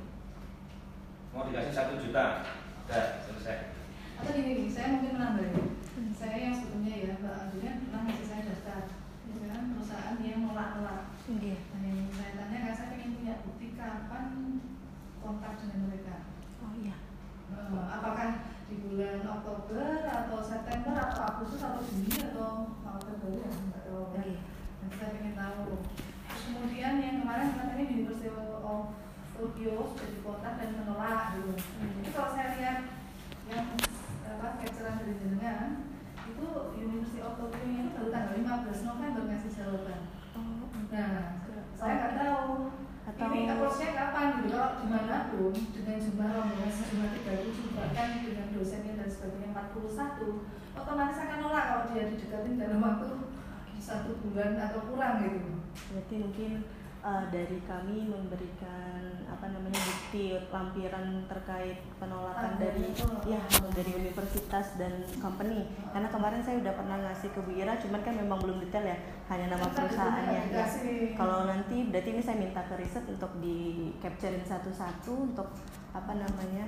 Mau dikasih 1 juta, udah selesai. Atau gini, saya mungkin menambahin. Saya yang sebelumnya ya, Mbak Andrian pernah ngasih saya daftar, ya kan, perusahaan yang nolak-nolak. Nah, yang saya tanya kan saya ingin punya bukti kapan kontak dengan mereka. Oh iya. Apakah di bulan Oktober atau September atau Agustus atau Juni atau Februari ya, nggak tahu kan. Nanti saya ingin tahu. Terus kemudian yang kemarin katanya University of Tokyo sudah dikontak dan menolak gitu. Jadi kalau saya lihat yang capturean dari jenengan itu University of Tokyo itu baru tanggal 15 November ngasih jawaban. Nah, saya nggak tahu ini approach-nya kapan gitu. Kalau dimanapun dengan jumlah rombongan sejumlah 37 bahkan dengan dosennya dan sebagainya 41, otomatis akan nolak kalau dia didekatin dalam waktu 1 bulan atau kurang gitu. Berarti mungkin dari kami memberikan bukti lampiran terkait penolakan dari universitas dan company. Karena kemarin saya udah pernah ngasih ke Bu Ira, cuman kan memang belum detail ya, hanya nama perusahaannya. Ya. Kalau nanti berarti ini saya minta ke riset untuk di capturein satu-satu untuk pengajuannya.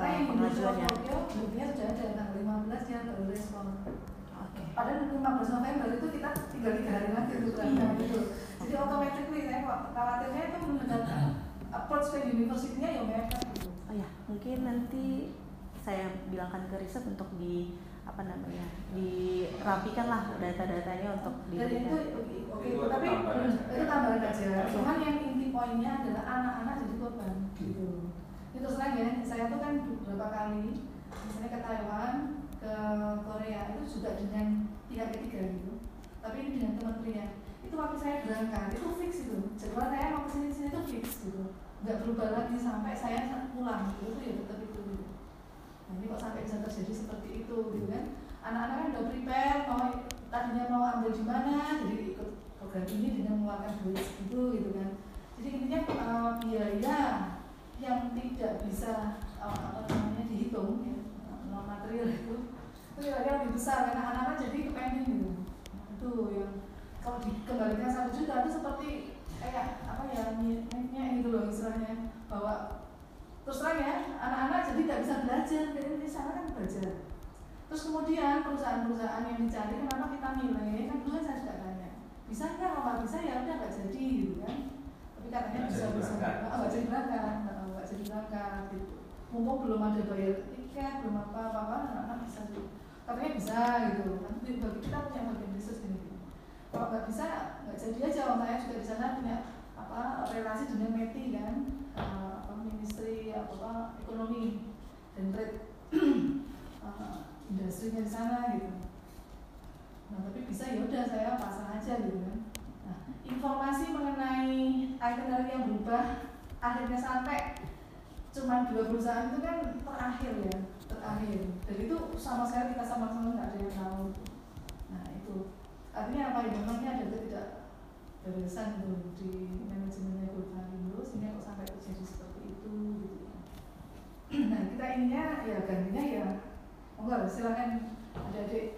Buktinya sudah ada tanggal 15 dia baru respon. Padahal 15 November itu kita tinggal 3 hari lagi untuk berangkat gitu. Jadi automatically saya khawatirnya itu mendadak approach ke university-nya ya mepet gitu. Oh ya, mungkin nanti saya bilangkan ke riset untuk dirapikan lah data-datanya untuk jadi itu oke, tapi itu tambahan aja. Cuman yang inti poinnya adalah anak-anak jadi korban gitu. Itu selain ya, saya tuh kan beberapa kali misalnya ke Taiwan, ke Korea itu juga dengan pihak ketiga gitu. Tapi ini dengan teman pria. Itu waktu saya berangkat itu fix itu. Jadwal saya mau kesini itu fix gitu. Nggak berubah lagi sampai saya pulang gitu ya tetap itu. Gitu. Nah, ini kok sampai bisa terjadi seperti itu gitu kan? Anak-anak kan udah prepare tadinya mau ambil di mana, jadi ikut program ini dengan mengeluarkan duit segitu gitu kan. Jadi intinya biaya yang tidak bisa dihitung ya, non material itu kira-kira lebih besar karena anak-anak jadi kepengen gitu. Itu yang kalau dikembalikan 1 juta itu seperti kayak apa ya, minyak gitu loh istilahnya, bahwa terus terang ya anak-anak jadi nggak bisa belajar, jadi di sana kan belajar. Terus kemudian perusahaan-perusahaan yang dicari kenapa kita milih, kan dulu kan saya juga tanya, bisa nggak? Kalau nggak bisa ya udah nggak jadi gitu kan. Tapi katanya bisa nggak jadi berangkat gitu. Mumpung belum ada bayar tiket, belum apa-apa, anak-anak bisa tuh. Katanya bisa gitu. Nanti bagi kita punya bagian bisnis gini. Kalau nggak bisa nggak jadi aja. Orang saya juga di sana punya relasi dengan METI kan, Ministry Ekonomi dan Trade, industrinya di sana gitu. Nah tapi bisa ya udah saya pasang aja gitu kan. Nah informasi mengenai itinerary yang berubah akhirnya sampai cuma 2 perusahaan itu kan terakhir. Dan itu sama sekali kita sama-sama nggak ada yang tahu. Nah itu artinya apa ya? Memang ini ada ketidakberesan di manajemennya Golkarindo sehingga kok sampai terjadi seperti itu gitu ya. Nah kita ininya ya gantinya ya, enggak silakan adik-adik.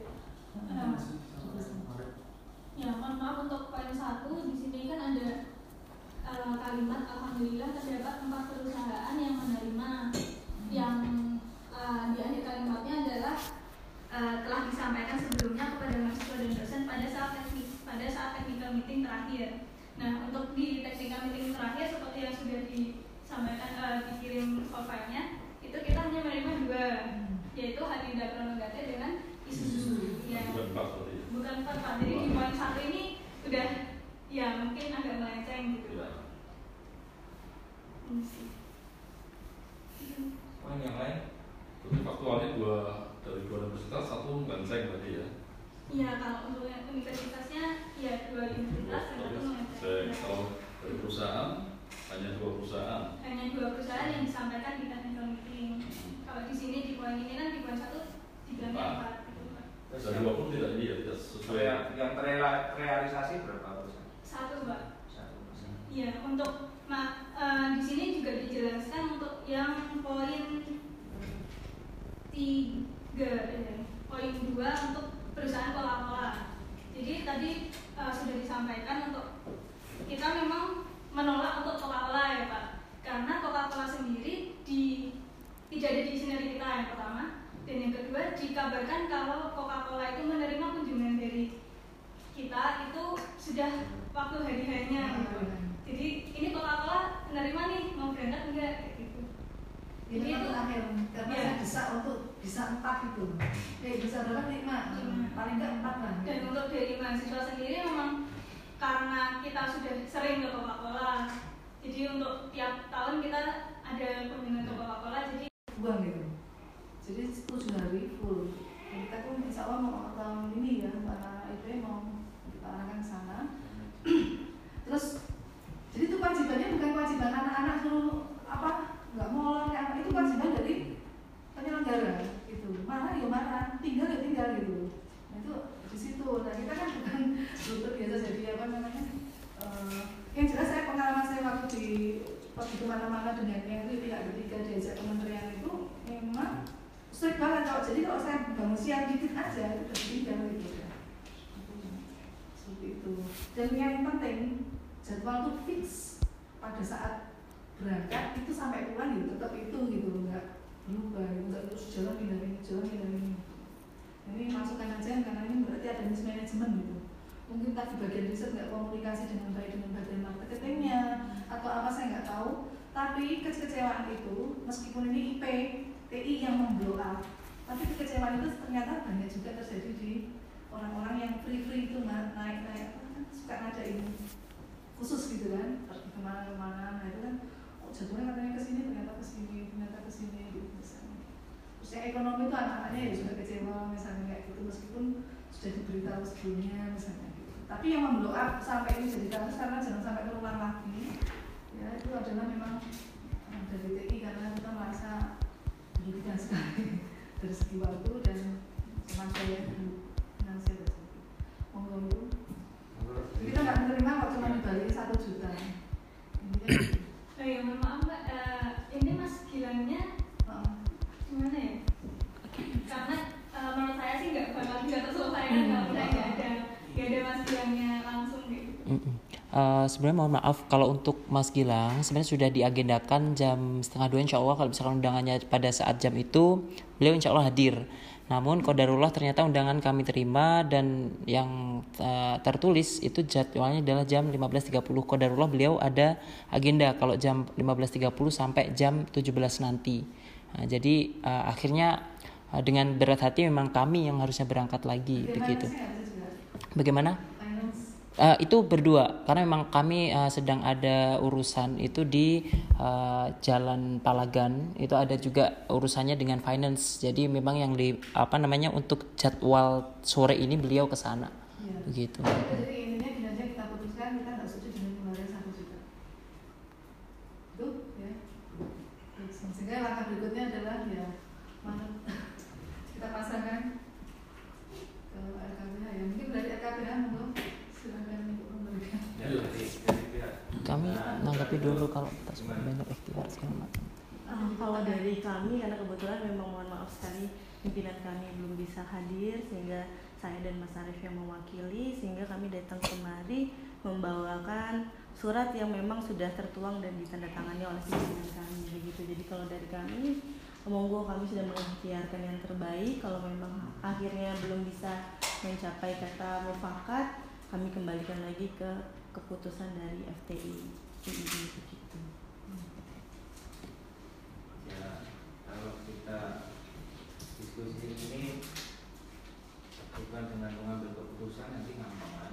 Ya, mohon maaf untuk poin 1 di sini kan ada kalimat alhamdulillah terdapat 4 perusahaan yang menerima, yang di akhir kalimatnya adalah telah disampaikan sebelumnya kepada mahasiswa dan dosen pada saat technical meeting terakhir. Nah untuk di technical meeting terakhir seperti yang sudah disampaikan dikirim file-nya itu kita hanya menerima 2, yaitu Hadinda Pranogate dengan Isuzu. Ya, bukan 4 Pak. Jadi di poin 1 ini udah ya mungkin agak melenceng gitu Pak. Poin yang lain, tapi faktualnya dari 2 universitas, 1 melenceng tadi ya? Iya, kalau untuk universitasnya ya 2 universitas dan 1 melenceng. Kalau dari perusahaan hanya 2 perusahaan. Hanya 2 perusahaan yang disampaikan di technical meeting. Kalau di sini di poin ini kan di poin 1 dibilangnya 4. Dari 20 tidak ini ya, tidak sesuai. Yang terrealisasi berapa persen? 1 Mbak. 1%. Iya, untuk di sini juga dijelaskan untuk yang poin 3, poin 2 untuk perusahaan Coca-Cola. Jadi tadi sudah disampaikan untuk kita memang menolak untuk Coca-Cola ya Pak, karena Coca-Cola sendiri tidak ada di itinerary kita yang pertama. Dan yang kedua, dikabarkan kalau Coca-Cola itu menerima kunjungan dari kita itu sudah waktu hari-harinya gitu. Jadi ini Coca-Cola menerima nih, mau berangkat enggak gitu. Jadi itu akhir, karena saya desak untuk bisa 4 itu. Bisa berapa? 5, paling enggak 4 lah. Dan untuk dari mahasiswa sendiri memang karena kita sudah sering ke Coca-Cola, jadi untuk tiap tahun kita ada kunjungan ke Coca-Cola, jadi buang gitu. Jadi 7 hari full. Dan kita pun insya Allah mau tahun ini ya, anak IP mau kita arahkan ke sana. Terus, jadi itu kewajibannya bukan kewajiban anak-anak suruh nggak mau apa itu kewajiban dari penyelenggara gitu. Marah ya marah, tinggal ya tinggal gitu. Nah itu di situ. Nah kita kan bukan lutut biasa jadi yang jelas saya pengalaman saya waktu di kemana-mana dengan yang itu pihak ketiga diajak kementerian itu memang strict banget. Kalau saya bangun siang dikit aja itu udah tinggal gitu ya. Seperti itu. Dan yang penting jadwal itu fix pada saat berangkat itu sampai pulang gitu tetap itu gitu, nggak berubah gitu, nggak terus jalan ini. Ini masukkan aja karena ini berarti ada mismanagement gitu. Mungkin tadi bagian riset nggak komunikasi dengan baik dengan bagian marketingnya atau apa saya nggak tahu. Tapi kekecewaan itu meskipun ini IP TI yang memblow up, tapi kekecewaan itu ternyata banyak juga terjadi di orang-orang yang free itu naik suka ngadain khusus gitu kan, pergi kemana-mana. Nah itu kan jadwalnya katanya ternyata kesini gitu misalnya. Terus yang ekonomi itu anak-anaknya ya juga kecewa misalnya kayak gitu meskipun sudah diberitahu sebelumnya misalnya gitu. Tapi yang memblow up sampai ini jadi kasus karena jangan sampai terulang lagi. Ya itu adalah memang dari TI karena kita merasa merugikan sekali dari segi waktu dan cuma saya finansial dan monggo itu. Kita nggak menerima kok cuma dibalikin 1 juta. Ya mohon maaf Mbak, ini Mas Gilannya gimana ya? Karena menurut saya sih nggak bakal bisa terselesaikan kalau kita nggak ada Mas Gilannya Sebenarnya mohon maaf kalau untuk Mas Gilang sebenarnya sudah diagendakan jam 1:30 insya Allah. Kalau misalkan undangannya pada saat jam itu beliau insya Allah hadir. Namun qadarullah ternyata undangan kami terima dan yang tertulis itu jadwalnya adalah jam 15.30. Qadarullah beliau ada agenda kalau jam 15.30 sampai jam 17 nanti. Jadi akhirnya dengan berat hati memang kami yang harusnya berangkat lagi begitu. Bagaimana? Itu berdua karena memang kami sedang ada urusan itu di Jalan Palagan, itu ada juga urusannya dengan finance. Jadi memang yang untuk jadwal sore ini beliau ke sana. Ya. Begitu. Jadi intinya gini aja, kita putuskan kita enggak setuju dengan kemarin 1 juta. Itu ya. Sehingga langkah berikutnya adalah ya mana kita pasangkan ke RKPH ya. Mungkin dari RKPH monggo silakan Ibu memberikan. Kami menanggapi dulu kalau kita sudah banyak ikhtiar segala macam. Kalau dari kami karena kebetulan memang mohon maaf sekali pimpinan kami belum bisa hadir sehingga saya dan Mas Arief yang mewakili, sehingga kami datang kemari membawakan surat yang memang sudah tertuang dan ditandatangani oleh pimpinan kami begitu. Jadi kalau dari kami monggo, kami sudah mengikhtiarkan yang terbaik. Kalau memang akhirnya belum bisa mencapai kata mufakat, kami kembalikan lagi ke keputusan dari FTI begitu. Ya, kalau kita diskusi ini bukan dengan mengambil keputusan nanti gampang.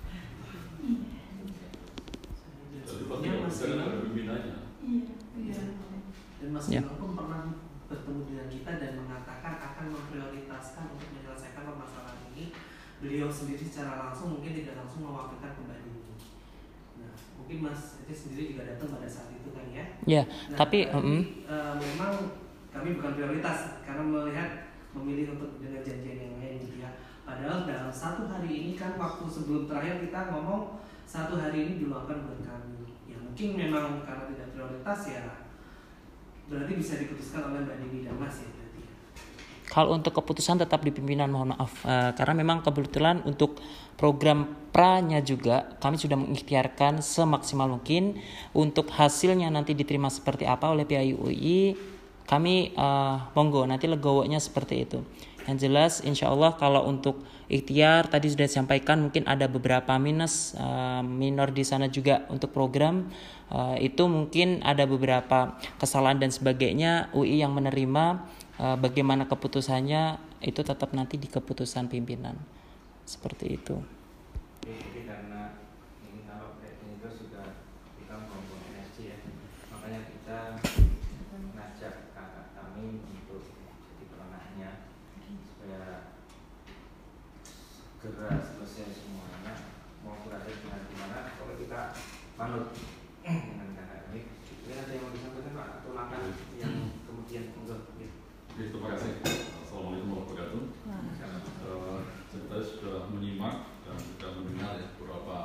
Jadi tidak bisa ada pimpinannya. Iya. Dan Mas Gilang pun pernah bertemu dengan kita dan mengatakan akan memprioritaskan untuk menyelesaikan permasalahan ini. Beliau sendiri secara langsung mungkin tidak langsung mewakilkan Mbak Dini. Nah, mungkin Mas Ece sendiri juga datang pada saat itu kan ya? Ya, nah, tapi memang kami bukan prioritas karena memilih untuk dengan janjian yang lain gitu ya. Padahal dalam 1 hari ini kan waktu sebelum terakhir kita ngomong 1 hari ini diluangkan buat kami. Ya mungkin memang karena tidak prioritas ya berarti bisa diputuskan oleh Mbak Dini dan Mas ya berarti. Kalau untuk keputusan tetap di pimpinan, mohon maaf, karena memang kebetulan untuk program pra-nya juga kami sudah mengikhtiarkan semaksimal mungkin. Untuk hasilnya nanti diterima seperti apa oleh pihak UI, kami monggo nanti legowonya seperti itu. Yang jelas insya Allah kalau untuk ikhtiar tadi sudah disampaikan mungkin ada beberapa minor di sana juga untuk program itu mungkin ada beberapa kesalahan dan sebagainya. UI yang menerima bagaimana keputusannya itu tetap nanti di keputusan pimpinan seperti itu. Jadi karena ini kalau ini terus sudah kita membangun energi ya, makanya kita mengajak kakak kami untuk jadi peranaknya supaya segera selesai semuanya, mau berakhir dengan gimana. Kalau kita manut dengan kakak kami, ini ada yang mau disampaikan Pak atau langkah yang kemudian untuk Terima kasih. Assalamualaikum warahmatullahi wabarakatuh. Saya tadi sudah menyimak dan sudah mendengar ya beberapa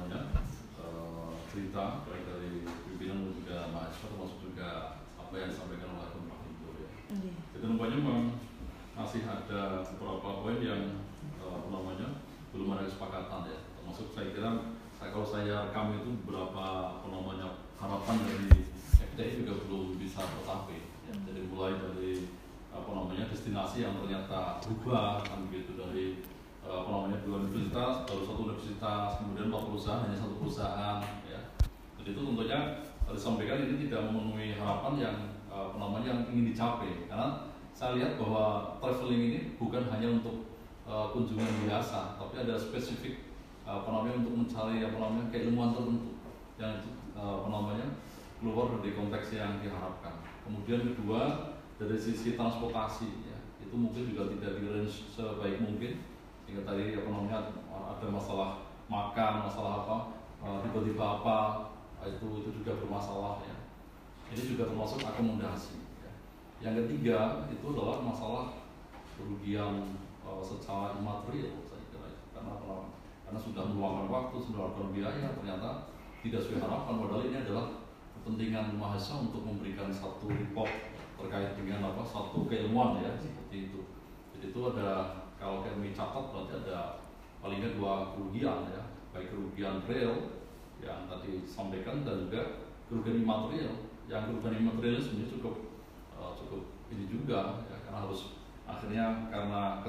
cerita baik dari pimpinan dan juga mahasiswa termasuk juga apa yang disampaikan oleh Pak Ibu ya. Jadi nampaknya memang masih ada beberapa poin yang belum ada kesepakatan ya. Termasuk saya kira kalau saya rekam itu beberapa harapan dari FTI juga belum bisa tercapai. Ya. Jadi mulai dari destinasi yang ternyata berubah kan begitu dari 2 universitas baru 1 universitas, kemudian 4 perusahaan hanya 1 perusahaan ya. Jadi itu tentunya disampaikan ini tidak memenuhi harapan yang yang ingin dicapai, karena saya lihat bahwa traveling ini bukan hanya untuk kunjungan biasa, tapi ada spesifik untuk mencari keilmuan tertentu yang keluar dari konteks yang diharapkan. Kemudian kedua, dari sisi transportasi ya, itu mungkin juga tidak di-range sebaik mungkin, sehingga tadi ada masalah makan, masalah tiba-tiba itu juga bermasalah ya. Ini juga termasuk akomodasi ya. Yang ketiga itu adalah masalah kerugian secara imaterial saya kira, karena sudah meluangkan waktu, sudah meluangkan biaya, ternyata tidak sesuai harapan, padahal ini adalah kepentingan mahasiswa untuk memberikan satu report terkait dengan satu keilmuan ya, seperti itu. Jadi itu ada, kalau kami catat berarti ada paling nggak 2 kerugian ya, baik kerugian real yang tadi disampaikan, dan juga kerugian imaterial. Yang kerugian imaterial sebenarnya cukup ini juga ya, karena harus akhirnya karena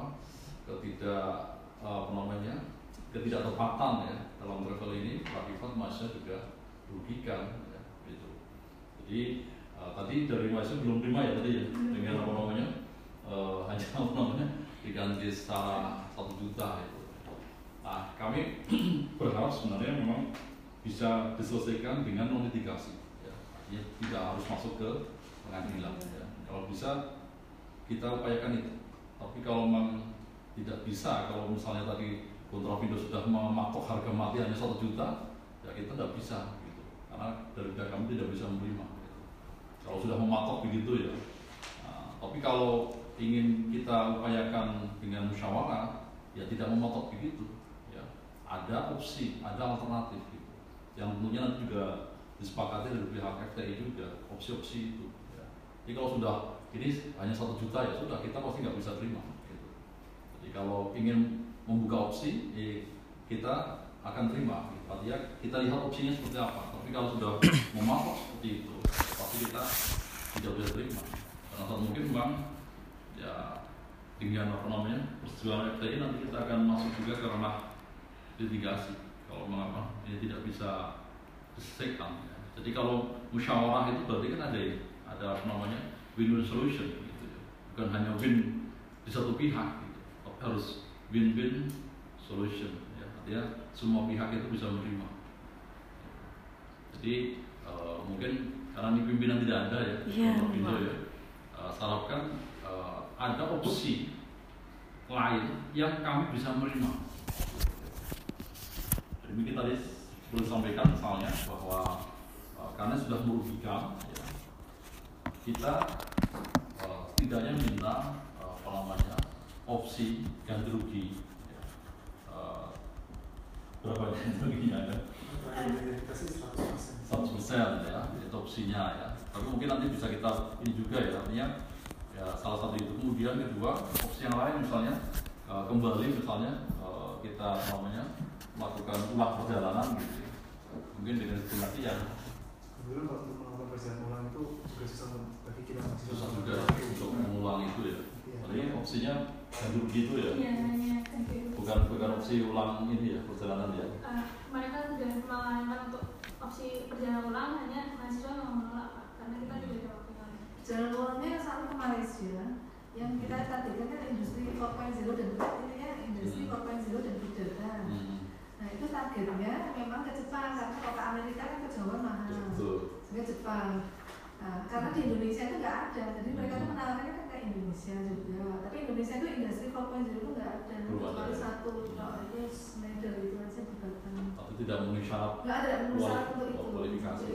ketidaktepatan ya dalam travel ini, akibat mahasiswa juga rugikan ya, gitu. Jadi tadi dari mahasiswa belum terima ya tadi ya, dengan hanya diganti secara 1 juta itu. Nah, kami berharap sebenarnya memang bisa diselesaikan dengan non litigasi ya. Artinya tidak harus masuk ke pengadilan ya. Kalau bisa kita upayakan itu. Tapi kalau memang tidak bisa, kalau misalnya tadi kontravindo sudah mematok harga mati hanya 1 juta, ya kita tidak bisa gitu. Karena dari pihak kami tidak bisa menerima gitu. Kalau sudah mematok begitu ya. Nah, tapi kalau ingin kita upayakan dengan musyawarah, ya tidak mematok begitu ya. Ada opsi, ada alternatif gitu. Yang tentunya nanti juga disepakati dari pihak FTI juga, opsi-opsi itu ya. Jadi kalau sudah ini hanya 1 juta ya sudah, kita pasti nggak bisa terima gitu. Jadi kalau ingin membuka opsi, kita akan terima gitu. Artinya kita lihat opsinya seperti apa. Tapi kalau sudah mematok seperti itu, pasti kita tidak bisa terima. Karena saat mungkin memang ya dengan persetujuan FTI nanti kita akan masuk juga ke ranah litigasi kalau mengapa ini tidak bisa diselesaikan ya. Jadi kalau musyawarah itu berarti kan ada win-win solution gitu ya. Bukan hanya win di satu pihak gitu, tapi harus win-win solution ya. Artinya semua pihak itu bisa menerima. Jadi mungkin karena ini pimpinan tidak ada ya, saya harapkan ada opsi lain yang kami bisa menerima. Jadi kita tadi boleh sampaikan misalnya bahwa karena sudah merugikan, ya, kita setidaknya minta opsi ganti rugi. Ya. Berapa ruginya ada? 100% ya, itu opsinya ya. Tapi mungkin nanti bisa kita ini juga ya, artinya ya salah satu itu. Kemudian kedua, opsi yang lain misalnya kembali misalnya kita melakukan ulang perjalanan gitu. Mungkin dengan estimasi yang kemudian kalau untuk melakukan perjalanan ulang itu juga susah bagi kita, susah juga untuk mengulang itu ya. Artinya opsinya ganti rugi itu ya. Iya, hanya ganti rugi. Bukan opsi ulang ini ya, perjalanan ya. Mereka sudah melayangkan untuk opsi perjalanan ulang, hanya mahasiswa memang menolak Pak, karena kita tidak ada waktu lain. Jalan ulangnya satu ke Malaysia, yang kita targetkan kan industri 4.0 dan intinya industri 4.0 dan big data. Nah itu targetnya memang ke Jepang, karena kalau ke Amerika kan ke Jawa mahal, sehingga Jepang. Nah, karena di Indonesia itu nggak ada, jadi mereka tuh menawarkannya kan ke Indonesia juga. Tapi Indonesia itu industri 4.0 itu nggak ada, kecuali satu itu Schneider itu aja di Batam. Tapi tidak memenuhi syarat. Nggak ada syarat untuk itu. Kualifikasi.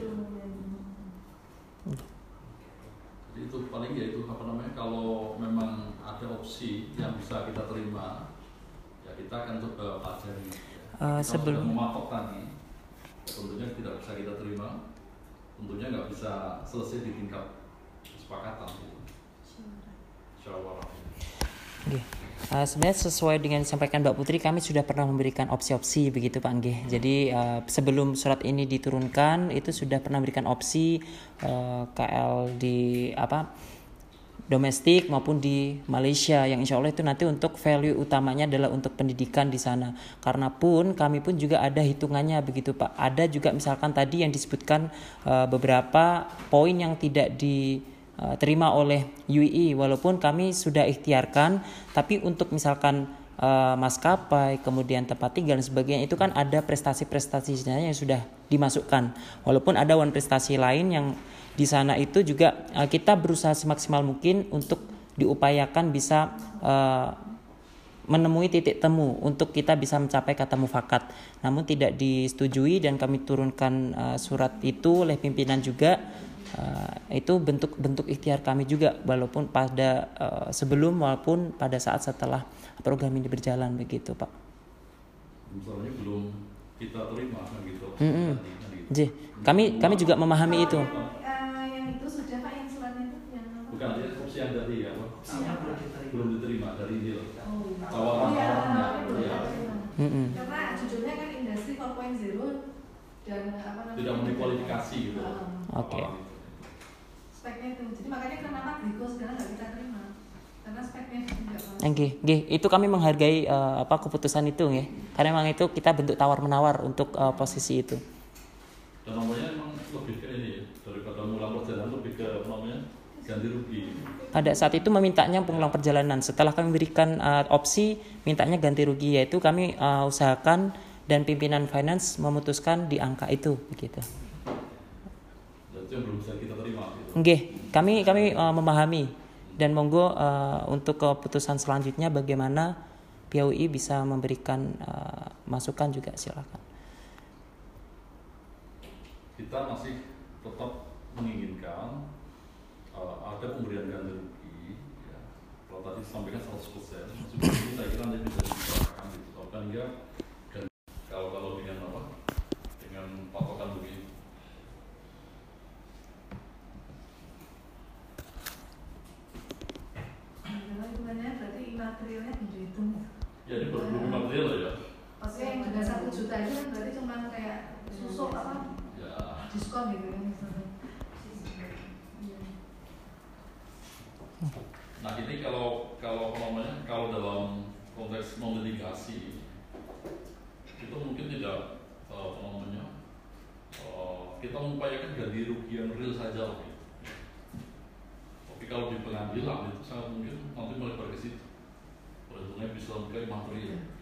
Jadi itu paling ya itu kalau memang ada opsi yang bisa kita terima, ya kita akan coba pelajari. Sebelum mematok tadi, ya tentunya tidak bisa kita terima. Tentunya nggak bisa selesai di tingkat kesepakatan musyawarah. Sebenarnya sesuai dengan disampaikan Mbak Putri, kami sudah pernah memberikan opsi-opsi begitu Pak Anggih. Jadi sebelum surat ini diturunkan itu sudah pernah memberikan opsi KL di domestik maupun di Malaysia, yang insya Allah itu nanti untuk value utamanya adalah untuk pendidikan di sana. Karena kami pun juga ada hitungannya begitu Pak. Ada juga misalkan tadi yang disebutkan beberapa poin yang tidak diterima oleh UII, walaupun kami sudah ikhtiarkan, tapi untuk misalkan maskapai, kemudian tempat tinggal dan sebagainya, itu kan ada prestasi-prestasinya yang sudah dimasukkan. Walaupun ada prestasi lain yang di sana itu juga kita berusaha semaksimal mungkin untuk diupayakan bisa menemui titik temu untuk kita bisa mencapai kata mufakat. Namun tidak disetujui dan kami turunkan surat itu oleh pimpinan juga. Itu bentuk ikhtiar kami juga, walaupun pada sebelum maupun pada saat setelah program ini berjalan begitu Pak. Misalnya belum kita terima gitu. Kami juga memahami itu. Yang itu sudah Pak, yang suratnya itu yang bukan dia opsi yang tadi ya, belum diterima dari ini loh. Tawaran-tawarannya. Karena jujurnya kan industri 4.0 dan apa namanya tidak mendikualifikasi gitu. Oke. Speknya itu, jadi makanya kenapa Griko sekarang nggak kita terima karena speknya tidak bagus. Nggih, itu kami menghargai keputusan itu nggih. Karena memang itu kita bentuk tawar-menawar untuk posisi itu. Dan namanya memang lebih ke ini ya, daripada mengulang perjalanan lebih ke namanya ganti rugi. Pada saat itu memintanya pengulang perjalanan. Setelah kami berikan opsi mintanya ganti rugi, yaitu kami usahakan dan pimpinan finance memutuskan di angka itu begitu. Itu yang belum bisa kita terima gitu. Nggih, kami memahami dan monggo untuk keputusan selanjutnya bagaimana PUI bisa memberikan masukan juga silakan. Kita masih tetap menginginkan ada pemberian ganti rugi ya. Kalau tadi disampaikan 100%, juga ini saya kira nanti bisa dibicarakan gitu. Kan enggak kalau dengan apa? Dengan patokan begini. Kalau hitungannya berarti imaterialnya dihitung. Ya ini belum material ya. Maksudnya yang dengan 1 juta itu kan berarti cuma kayak susuk apa? Ya. Diskon gitu kan misalnya. Nah ini kalau namanya kalau dalam konteks memitigasi itu mungkin tidak kita mengupayakan ganti rugi yang real saja. Tapi kalau di pengadilan itu sangat mungkin nanti melebar ke situ. Perhitungannya bisa sampai material. Gitu.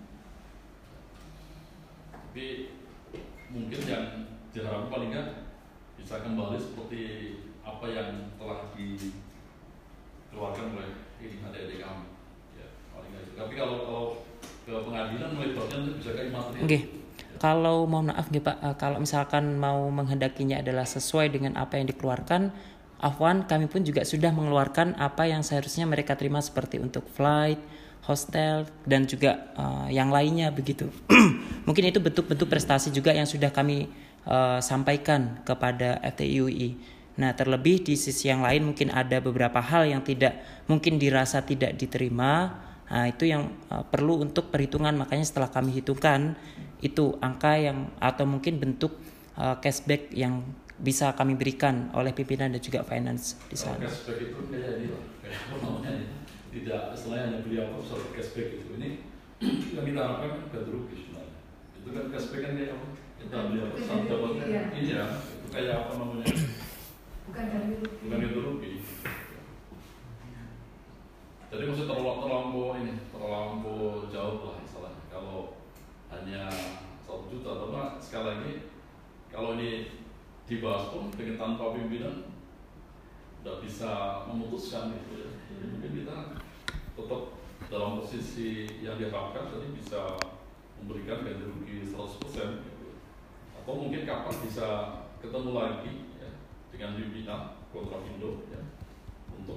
Tapi mungkin yang diharapkan paling nggak bisa kembali seperti apa yang telah dikeluarkan oleh adik-adik kami. Ya, paling nggak. Tapi kalau ke pengadilan melebarnya nanti bisa kayak material. Okay. Kalau mohon maaf nggih Pak, kalau misalkan mau menghendakinya adalah sesuai dengan apa yang dikeluarkan, afwan kami pun juga sudah mengeluarkan apa yang seharusnya mereka terima seperti untuk flight, hostel dan juga yang lainnya begitu. Mungkin itu bentuk-bentuk prestasi juga yang sudah kami sampaikan kepada FTIUI. Nah, terlebih di sisi yang lain mungkin ada beberapa hal yang mungkin dirasa tidak diterima. Nah, itu yang perlu untuk perhitungan. Makanya setelah kami hitungkan itu angka yang atau mungkin bentuk cashback yang bisa kami berikan oleh pimpinan dan juga finance di sana. Cashback itu kayak ini lah, kayak apa namanya ya? Tidak istilahnya hanya beli apa soal cashback itu. Ini yang kita harapkan ganti rugi sebenarnya. Itu kan cashback kan kayak apa? Kita beli apa sama dapatnya ini ya, itu kayak apa namanya? Bukan ganti rugi. Bukan ganti rugi. Jadi maksud terlampau jauh lah istilahnya. Kalau hanya 1 juta, karena sekali lagi kalau ini dibahas pun dengan tanpa pimpinan tidak bisa memutuskan gitu ya. Jadi mungkin kita tetap dalam posisi yang diharapkan tadi bisa memberikan ganti rugi 100% gitu. Atau mungkin kapan bisa ketemu lagi ya, dengan pimpinan Kontrapindo ya, untuk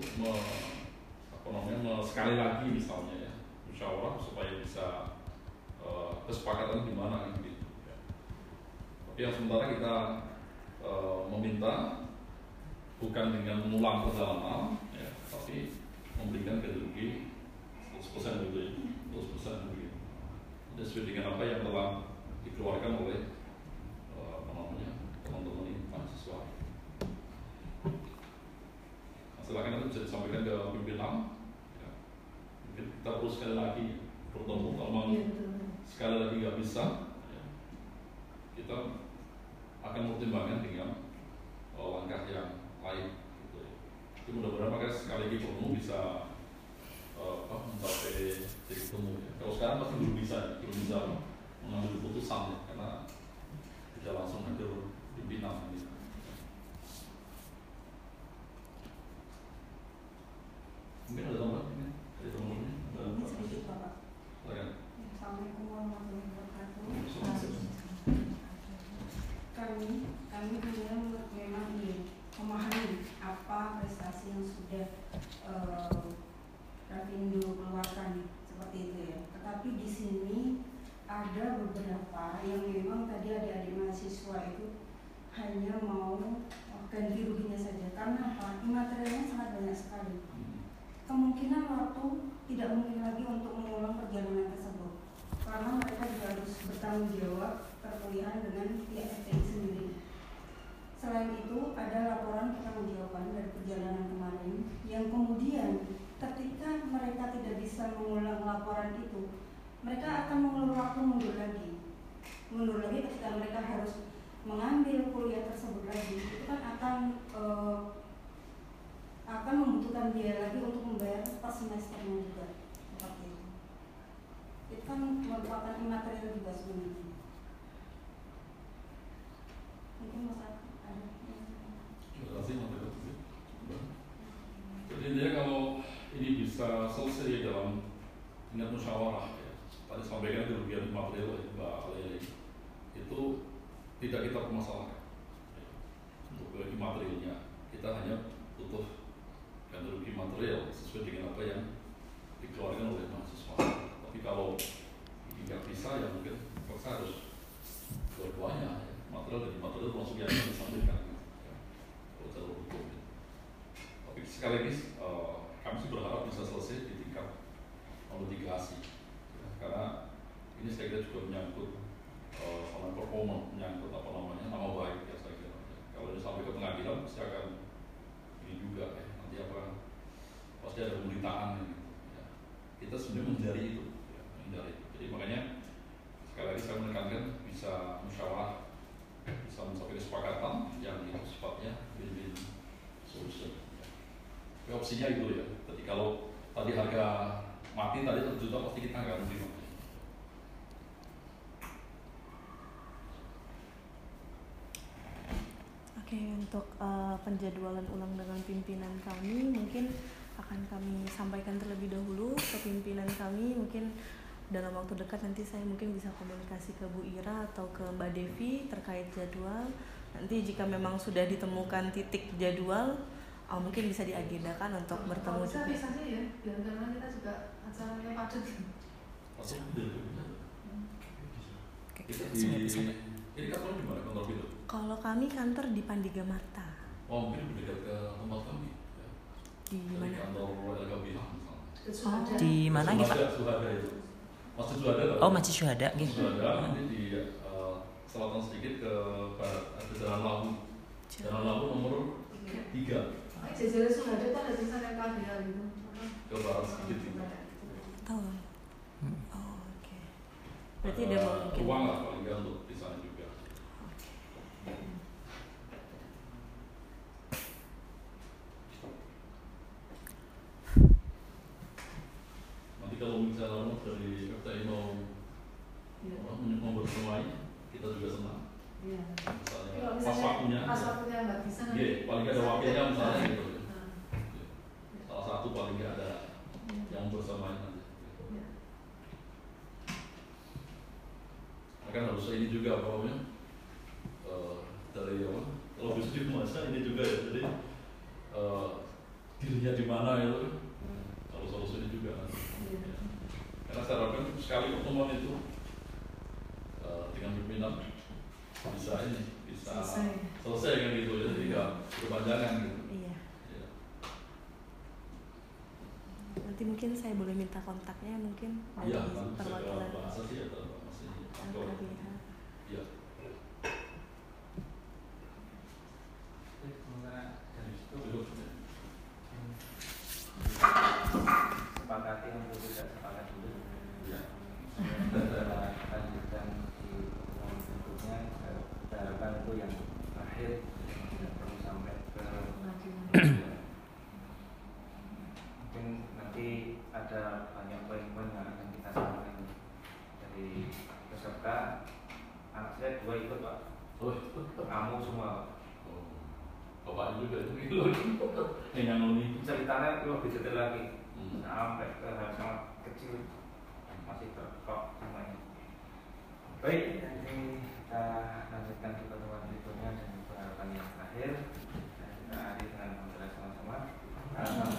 sekali lagi misalnya ya musyawarah supaya bisa kesepakatan di mana gitu ya. Tapi yang sementara kita meminta bukan dengan mengulang perjalanan ya, tapi memberikan ganti rugi 100% gitu ya, 100% begitu. Sesuai dengan apa yang telah dikeluarkan oleh teman-teman ini mahasiswa. Silakan nanti bisa disampaikan ke pimpinan. Ya. Mungkin kita perlu sekali lagi bertemu kalau sekali lagi nggak bisa, ya. Kita akan mempertimbangkan dengan langkah yang lain. Gitu ya. Jadi mudah-mudahan makanya sekali lagi bertemu bisa mencapai titik temu. Ya. Kalau sekarang pasti belum bisa mengambil keputusan ya, karena tidak langsung hadir pimpinan. Gitu. Mungkin ada tambahan dari teman-teman? Ini sedikit Bapak. Assalamualaikum warahmatullahi wabarakatuh. Kami memang ingin memahami apa prestasi yang sudah Rapindo keluarkan seperti itu ya. Tetapi di sini ada beberapa yang memang tadi adik-adik mahasiswa itu hanya mau ganti ruginya saja. Karena apa? Materialnya sangat banyak sekali. Kemungkinan waktu tidak mungkin lagi untuk mengulang perjalanan tersebut. karena mereka juga harus bertanggung jawab perkuliahan dengan pihak FTI sendiri. Selain itu ada laporan pertanggungjawaban dari perjalanan kemarin yang kemudian ketika mereka tidak bisa mengulang laporan itu, mereka akan mengulur waktu mundur lagi ketika mereka harus mengambil kuliah tersebut lagi, itu kan akan membutuhkan biaya lagi untuk membayar per semesternya juga seperti itu. Itu kan merupakan imaterial juga sebenarnya. Mungkin Mas ada. Terima kasih Mas Teguh. Jadi intinya kalau ini bisa selesai dalam tingkat musyawarah ya. Tadi sampaikan kerugian material Mbak Lely itu tidak kita permasalahkan ya. Untuk kerugian materialnya kita hanya butuh ganti rugi material sesuai dengan apa yang dikeluarkan oleh mahasiswa. Tapi kalau ini nggak bisa ya mungkin terpaksa harus dua-duanya ya. Material dan material termasuk yang disampaikan ya. Kalau jalur hukum ya. Tapi sekali lagi kami sih berharap bisa selesai di tingkat litigasi ya. Karena ini saya kira juga menyangkut performa, menyangkut nama baik ya saya kira ya. Kalau ini sampai ke pengadilan pasti akan ini juga ya, nanti pasti ada pemberitaan gitu ya. Kita sebenarnya menghindari itu ya, jadi makanya sekali lagi saya menekankan bisa musyawarah, bisa mencapai kesepakatan yang itu sifatnya win-win solution ya. Opsinya itu ya, jadi kalau tadi harga mati tadi 1 juta pasti kita nggak menerima. Oke, untuk penjadwalan ulang dengan pimpinan kami mungkin akan kami sampaikan terlebih dahulu ke pimpinan kami. Mungkin dalam waktu dekat nanti saya mungkin bisa komunikasi ke Bu Ira atau ke Mbak Devi terkait jadwal. Nanti jika memang sudah ditemukan titik jadwal, mungkin bisa diagendakan untuk bertemu juga. Bisa sih ya, biar karena kita juga acaranya padat. Ini kantor di mana kantor itu? Kalau kami kantor di Pandiga Marta. Oh, mungkin dekat ke tempat kami. Ya. Di mana? Kantor LKBH misalnya. Di mana gitu Pak? Syuhada itu. Masjid Syuhada. Oh, Masjid Syuhada gitu. Syuhada nanti di selatan sedikit ke barat ada Jalan Labu. Jalan Labu nomor 3. Jalan Syuhada itu ada tulisan LKBH gitu. Ke barat sedikit gitu. Tahu. Oh, oke. Berarti ada mungkin ruang lah paling nggak untuk di sana juga. Nanti kalau misalnya dari FTI mau bersemai, kita juga senang. Iya. Misalnya pas waktunya nggak bisa. Iya, paling nggak ada wakilnya misalnya gitu. Salah satu paling nggak ada yang bersamanya nanti. Kan harus ini juga apa namanya dari apa kalau bisa di masa ini juga ya, jadi dirinya di mana itu kalau solusinya juga nanti. Ya. Karena saya harapkan sekali pertemuan itu dengan pimpinan bisa selesai kan gitu ya, jadi nggak berpanjangan gitu. Iya. Ya. Nanti mungkin saya boleh minta kontaknya mungkin dari perwakilan bahasa sih atau LKBH. Iya. Dari situ sepakati untuk tidak sepakat dulu. Ya. Kita lanjutkan di pertemuan berikutnya. Kita harapkan itu yang terakhir, tidak perlu sampai ke mungkin nanti ada banyak poin-poin yang akan kita sampaikan dari peserta. Anak saya 2 ikut Pak. Kamu semua. Bapak juga itu yang ini ceritanya lebih detail lagi sampai ke hal sangat kecil masih terkok semuanya. Baik, nanti kita lanjutkan ke pertemuan berikutnya dan perharapan yang terakhir. Kita akhiri dengan pembelajaran sama-sama.